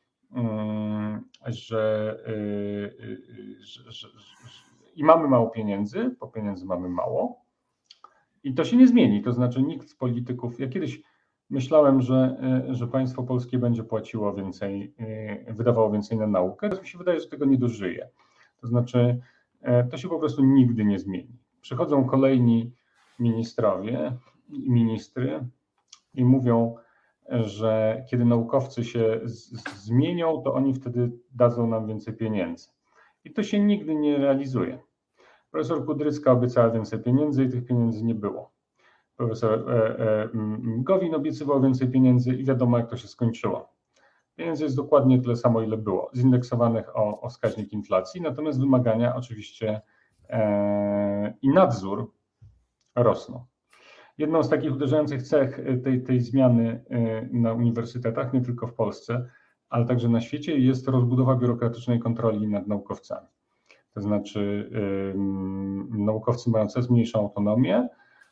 i mamy mało pieniędzy, bo pieniędzy mamy mało i to się nie zmieni, to znaczy nikt z polityków, ja kiedyś myślałem, że państwo polskie będzie płaciło więcej, wydawało więcej na naukę, teraz mi się wydaje, że tego nie dożyje, to znaczy to się po prostu nigdy nie zmieni. Przychodzą kolejni ministrowie i ministry i mówią, że kiedy naukowcy się zmienią, to oni wtedy dadzą nam więcej pieniędzy. I to się nigdy nie realizuje. Profesor Kudrycka obiecała więcej pieniędzy i tych pieniędzy nie było. Profesor Gowin obiecywał więcej pieniędzy i wiadomo, jak to się skończyło. Pieniędzy jest dokładnie tyle samo, ile było, zindeksowanych o wskaźnik inflacji, natomiast wymagania oczywiście i nadzór rosną. Jedną z takich uderzających cech tej zmiany na uniwersytetach, nie tylko w Polsce, ale także na świecie, jest rozbudowa biurokratycznej kontroli nad naukowcami. To znaczy naukowcy mają coraz mniejszą autonomię,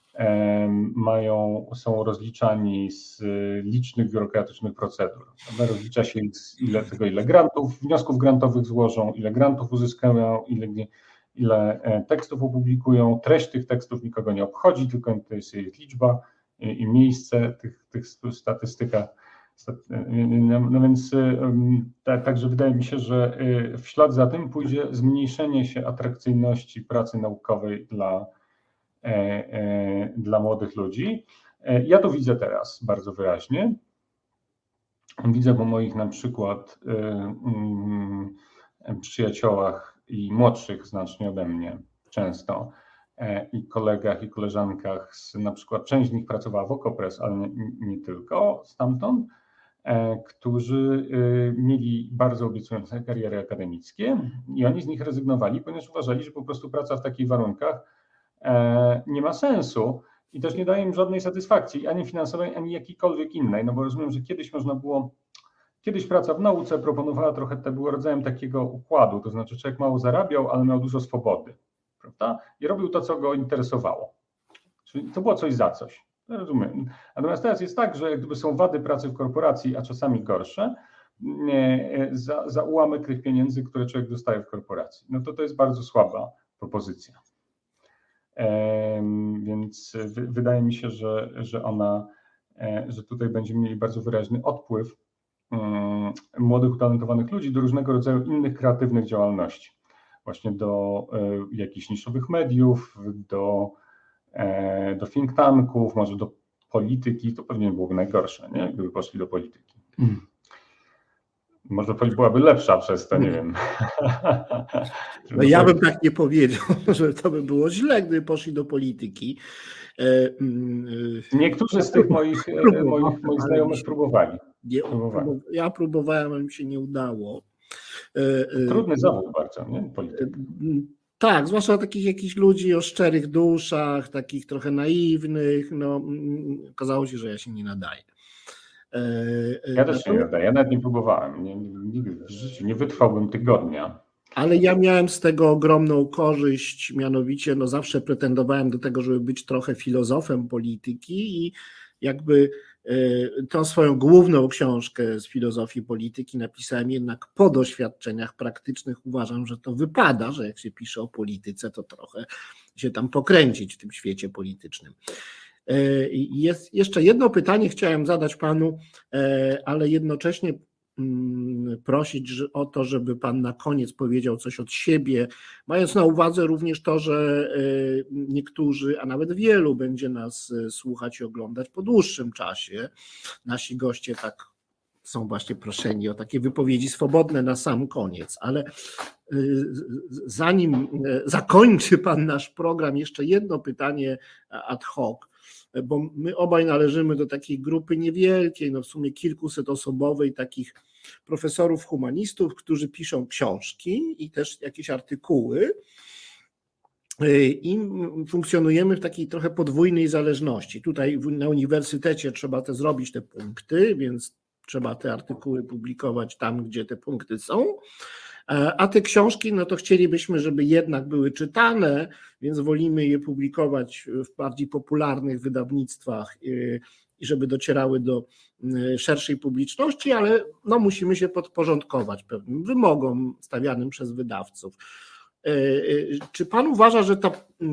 są rozliczani z licznych biurokratycznych procedur. Rozlicza się ile grantów, wniosków grantowych złożą, ile grantów uzyskają, ile tekstów opublikują. Treść tych tekstów nikogo nie obchodzi, tylko interesuje ich liczba i miejsce tych statystykach No więc także wydaje mi się, że w ślad za tym pójdzie zmniejszenie się atrakcyjności pracy naukowej dla młodych ludzi. Ja to widzę teraz bardzo wyraźnie. Widzę po moich na przykład przyjaciołach i młodszych znacznie ode mnie często i kolegach i koleżankach, na przykład część z nich pracowała w Okopres, ale nie tylko stamtąd, którzy mieli bardzo obiecujące kariery akademickie i oni z nich rezygnowali, ponieważ uważali, że po prostu praca w takich warunkach nie ma sensu i też nie daje im żadnej satysfakcji, ani finansowej, ani jakiejkolwiek innej, no bo rozumiem, że kiedyś praca w nauce proponowała trochę, to było rodzajem takiego układu, to znaczy człowiek mało zarabiał, ale miał dużo swobody, prawda? I robił to, co go interesowało. Czyli to było coś za coś. Rozumiem. Natomiast teraz jest tak, że jak gdyby są wady pracy w korporacji, a czasami gorsze, za ułamek tych pieniędzy, które człowiek dostaje w korporacji. No to jest bardzo słaba propozycja. Więc wydaje mi się, że tutaj będziemy mieli bardzo wyraźny odpływ młodych, utalentowanych ludzi do różnego rodzaju innych kreatywnych działalności. Właśnie do jakichś niszowych mediów, do think tanków, może do polityki, to pewnie byłoby najgorsze, nie? Gdyby poszli do polityki. Może byłaby lepsza przez to, nie wiem. No ja bym tak nie powiedział, że to by było źle, gdyby poszli do polityki. Niektórzy z tych moich znajomych próbowali. Ja próbowałem, ale mi się nie udało. Trudny zawód bardzo, nie? Polityk. Tak, zwłaszcza takich jakichś ludzi o szczerych duszach, takich trochę naiwnych. No, okazało się, że ja się nie nadaję. Ja też się nie nadaję, ja nawet nie próbowałem. Nigdy w życiu nie wytrwałbym tygodnia. Ale ja miałem z tego ogromną korzyść, mianowicie zawsze pretendowałem do tego, żeby być trochę filozofem polityki i jakby tą swoją główną książkę z filozofii polityki napisałem jednak po doświadczeniach praktycznych. Uważam, że to wypada, że jak się pisze o polityce, to trochę się tam pokręcić w tym świecie politycznym. Jest jeszcze jedno pytanie chciałem zadać panu, ale jednocześnie prosić o to, żeby pan na koniec powiedział coś od siebie, mając na uwadze również to, że niektórzy, a nawet wielu będzie nas słuchać i oglądać po dłuższym czasie. Nasi goście tak są właśnie proszeni o takie wypowiedzi swobodne na sam koniec, ale zanim zakończy pan nasz program, jeszcze jedno pytanie ad hoc, bo my obaj należymy do takiej grupy niewielkiej, w sumie kilkusetosobowej, takich profesorów humanistów, którzy piszą książki i też jakieś artykuły i funkcjonujemy w takiej trochę podwójnej zależności. Tutaj na uniwersytecie trzeba zrobić te punkty, więc trzeba te artykuły publikować tam, gdzie te punkty są. A te książki, to chcielibyśmy, żeby jednak były czytane, więc wolimy je publikować w bardziej popularnych wydawnictwach i żeby docierały do szerszej publiczności, ale musimy się podporządkować pewnym wymogom stawianym przez wydawców. Czy pan uważa, że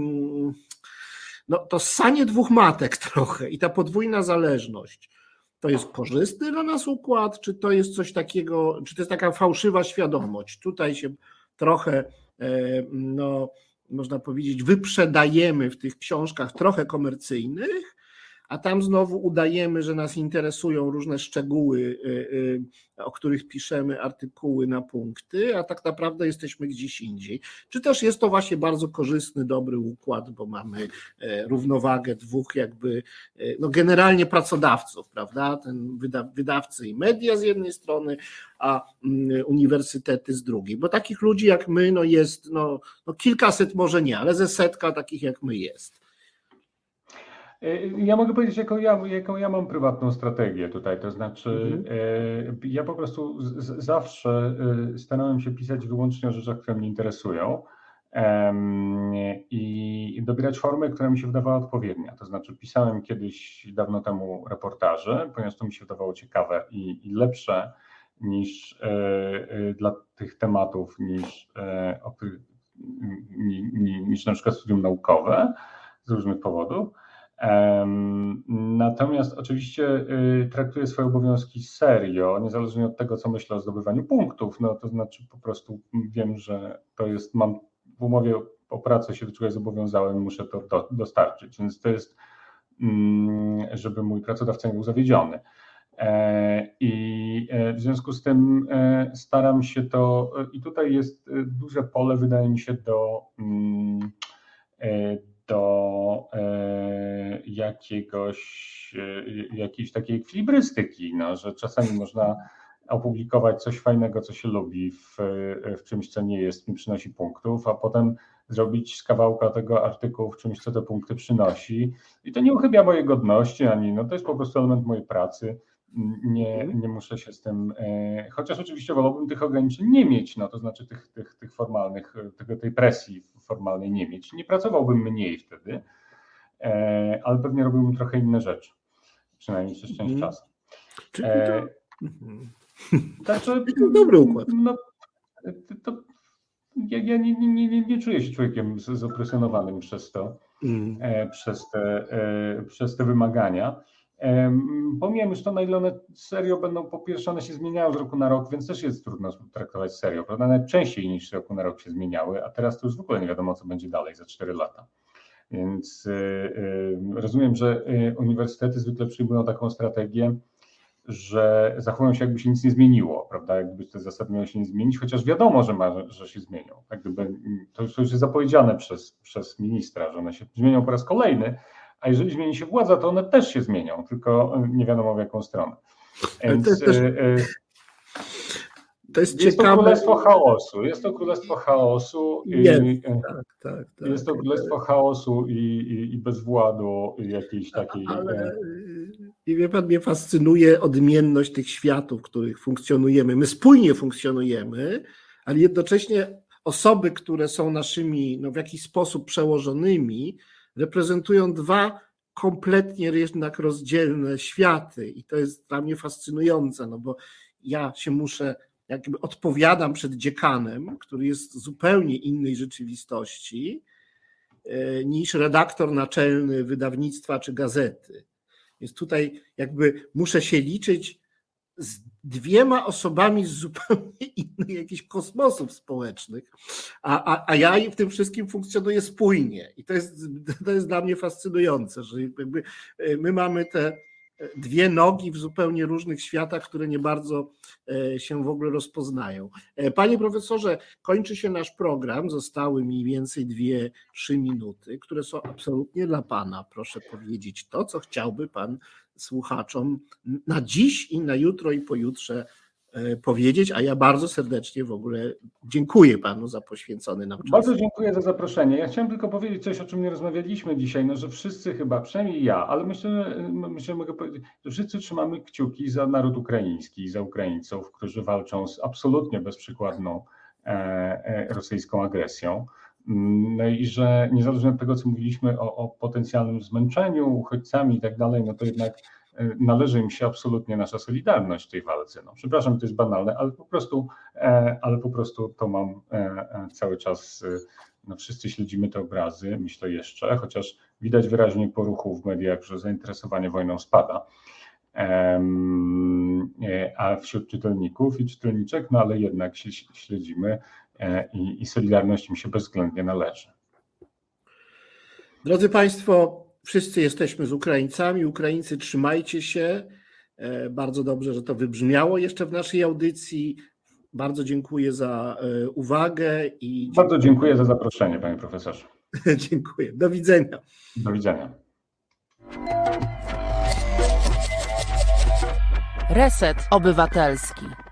to ssanie dwóch matek trochę i ta podwójna zależność to jest korzystny dla nas układ, czy to jest coś takiego, czy to jest taka fałszywa świadomość? Tutaj się trochę, można powiedzieć, wyprzedajemy w tych książkach trochę komercyjnych, a tam znowu udajemy, że nas interesują różne szczegóły, o których piszemy artykuły na punkty, a tak naprawdę jesteśmy gdzieś indziej. Czy też jest to właśnie bardzo korzystny, dobry układ, bo mamy równowagę dwóch jakby, generalnie pracodawców, prawda? Ten wydawcy i media z jednej strony, a uniwersytety z drugiej, bo takich ludzi jak my jest kilkaset, może nie, ale ze setka takich jak my jest. Ja mogę powiedzieć, jaką ja mam prywatną strategię tutaj, to znaczy ja po prostu zawsze starałem się pisać wyłącznie o rzeczach, które mnie interesują i dobierać formę, która mi się wydawała odpowiednia, to znaczy pisałem kiedyś dawno temu reportaże, ponieważ to mi się wydawało ciekawe i lepsze niż dla tych tematów, niż na przykład studium naukowe z różnych powodów. Natomiast oczywiście traktuję swoje obowiązki serio, niezależnie od tego, co myślę o zdobywaniu punktów. No to znaczy po prostu wiem, że to jest, mam w umowie o pracę się do czegoś zobowiązałem i muszę to dostarczyć, więc to jest, żeby mój pracodawca nie był zawiedziony. I w związku z tym staram się to, i tutaj jest duże pole, wydaje mi się, do jakiejś takiej ekwilibrystyki, no, że czasami można opublikować coś fajnego, co się lubi w czymś, co nie przynosi punktów, a potem zrobić z kawałka tego artykułu w czymś, co te punkty przynosi. I to nie uchybia mojej godności, ani to jest po prostu element mojej pracy. Nie muszę się z tym, chociaż oczywiście wolałbym tych ograniczeń nie mieć, no to znaczy tych formalnych, tej presji formalnej nie mieć. Nie pracowałbym mniej wtedy, ale pewnie robiłbym trochę inne rzeczy, przynajmniej przez część czasu. Także to dobry układ. Ja nie czuję się człowiekiem zopresjonowanym przez to, przez te wymagania. Pomijam już to, na ile one serio będą, po pierwsze one się zmieniają z roku na rok, więc też jest trudno traktować serio, prawda? Nawet częściej niż z roku na rok się zmieniały, a teraz to już w ogóle nie wiadomo, co będzie dalej za 4 lata. Więc rozumiem, że uniwersytety zwykle przyjmują taką strategię, że zachowują się, jakby się nic nie zmieniło, prawda? Jakby te zasady miały się nie zmienić, chociaż wiadomo, że się zmienią. Jak gdyby, to już jest zapowiedziane przez ministra, że one się zmienią po raz kolejny, a jeżeli zmieni się władza, to one też się zmienią, tylko nie wiadomo w jaką stronę. Więc to jest ciekawe. To królestwo chaosu. Jest to królestwo chaosu. Tak. Jest to królestwo chaosu i bezwładu jakiejś takiej. I wie pan, mnie fascynuje odmienność tych światów, w których funkcjonujemy. My spójnie funkcjonujemy, ale jednocześnie osoby, które są naszymi w jakiś sposób przełożonymi, reprezentują 2 kompletnie jednak rozdzielne światy i to jest dla mnie fascynujące, bo ja się muszę, jakby odpowiadam przed dziekanem, który jest z zupełnie innej rzeczywistości niż redaktor naczelny wydawnictwa czy gazety. Więc tutaj jakby muszę się liczyć z 2 osobami z zupełnie innych jakichś kosmosów społecznych, a ja w tym wszystkim funkcjonuję spójnie i to jest dla mnie fascynujące, że jakby my mamy te 2 nogi w zupełnie różnych światach, które nie bardzo się w ogóle rozpoznają. Panie profesorze, kończy się nasz program, zostały mniej więcej 2-3 minuty, które są absolutnie dla pana. Proszę powiedzieć to, co chciałby pan słuchaczom na dziś i na jutro i pojutrze powiedzieć, a ja bardzo serdecznie w ogóle dziękuję panu za poświęcony nam czas. Bardzo dziękuję za zaproszenie. Ja chciałem tylko powiedzieć coś, o czym nie rozmawialiśmy dzisiaj, że wszyscy chyba, przynajmniej ja, ale myślę, mogę powiedzieć, że wszyscy trzymamy kciuki za naród ukraiński, za Ukraińców, którzy walczą z absolutnie bezprzykładną rosyjską agresją. No i że niezależnie od tego, co mówiliśmy o potencjalnym zmęczeniu, uchodźcami i tak dalej, to jednak należy im się absolutnie nasza solidarność w tej walce. Przepraszam, to jest banalne, ale po prostu to mam cały czas, wszyscy śledzimy te obrazy, myślę jeszcze, chociaż widać wyraźnie po ruchu w mediach, że zainteresowanie wojną spada, a wśród czytelników i czytelniczek, ale jednak się śledzimy i solidarność im się bezwzględnie należy. Drodzy Państwo, wszyscy jesteśmy z Ukraińcami. Ukraińcy, trzymajcie się. Bardzo dobrze, że to wybrzmiało jeszcze w naszej audycji. Bardzo dziękuję za uwagę. Bardzo dziękuję za zaproszenie, panie profesorze. Dziękuję. Do widzenia. Do widzenia. Reset Obywatelski.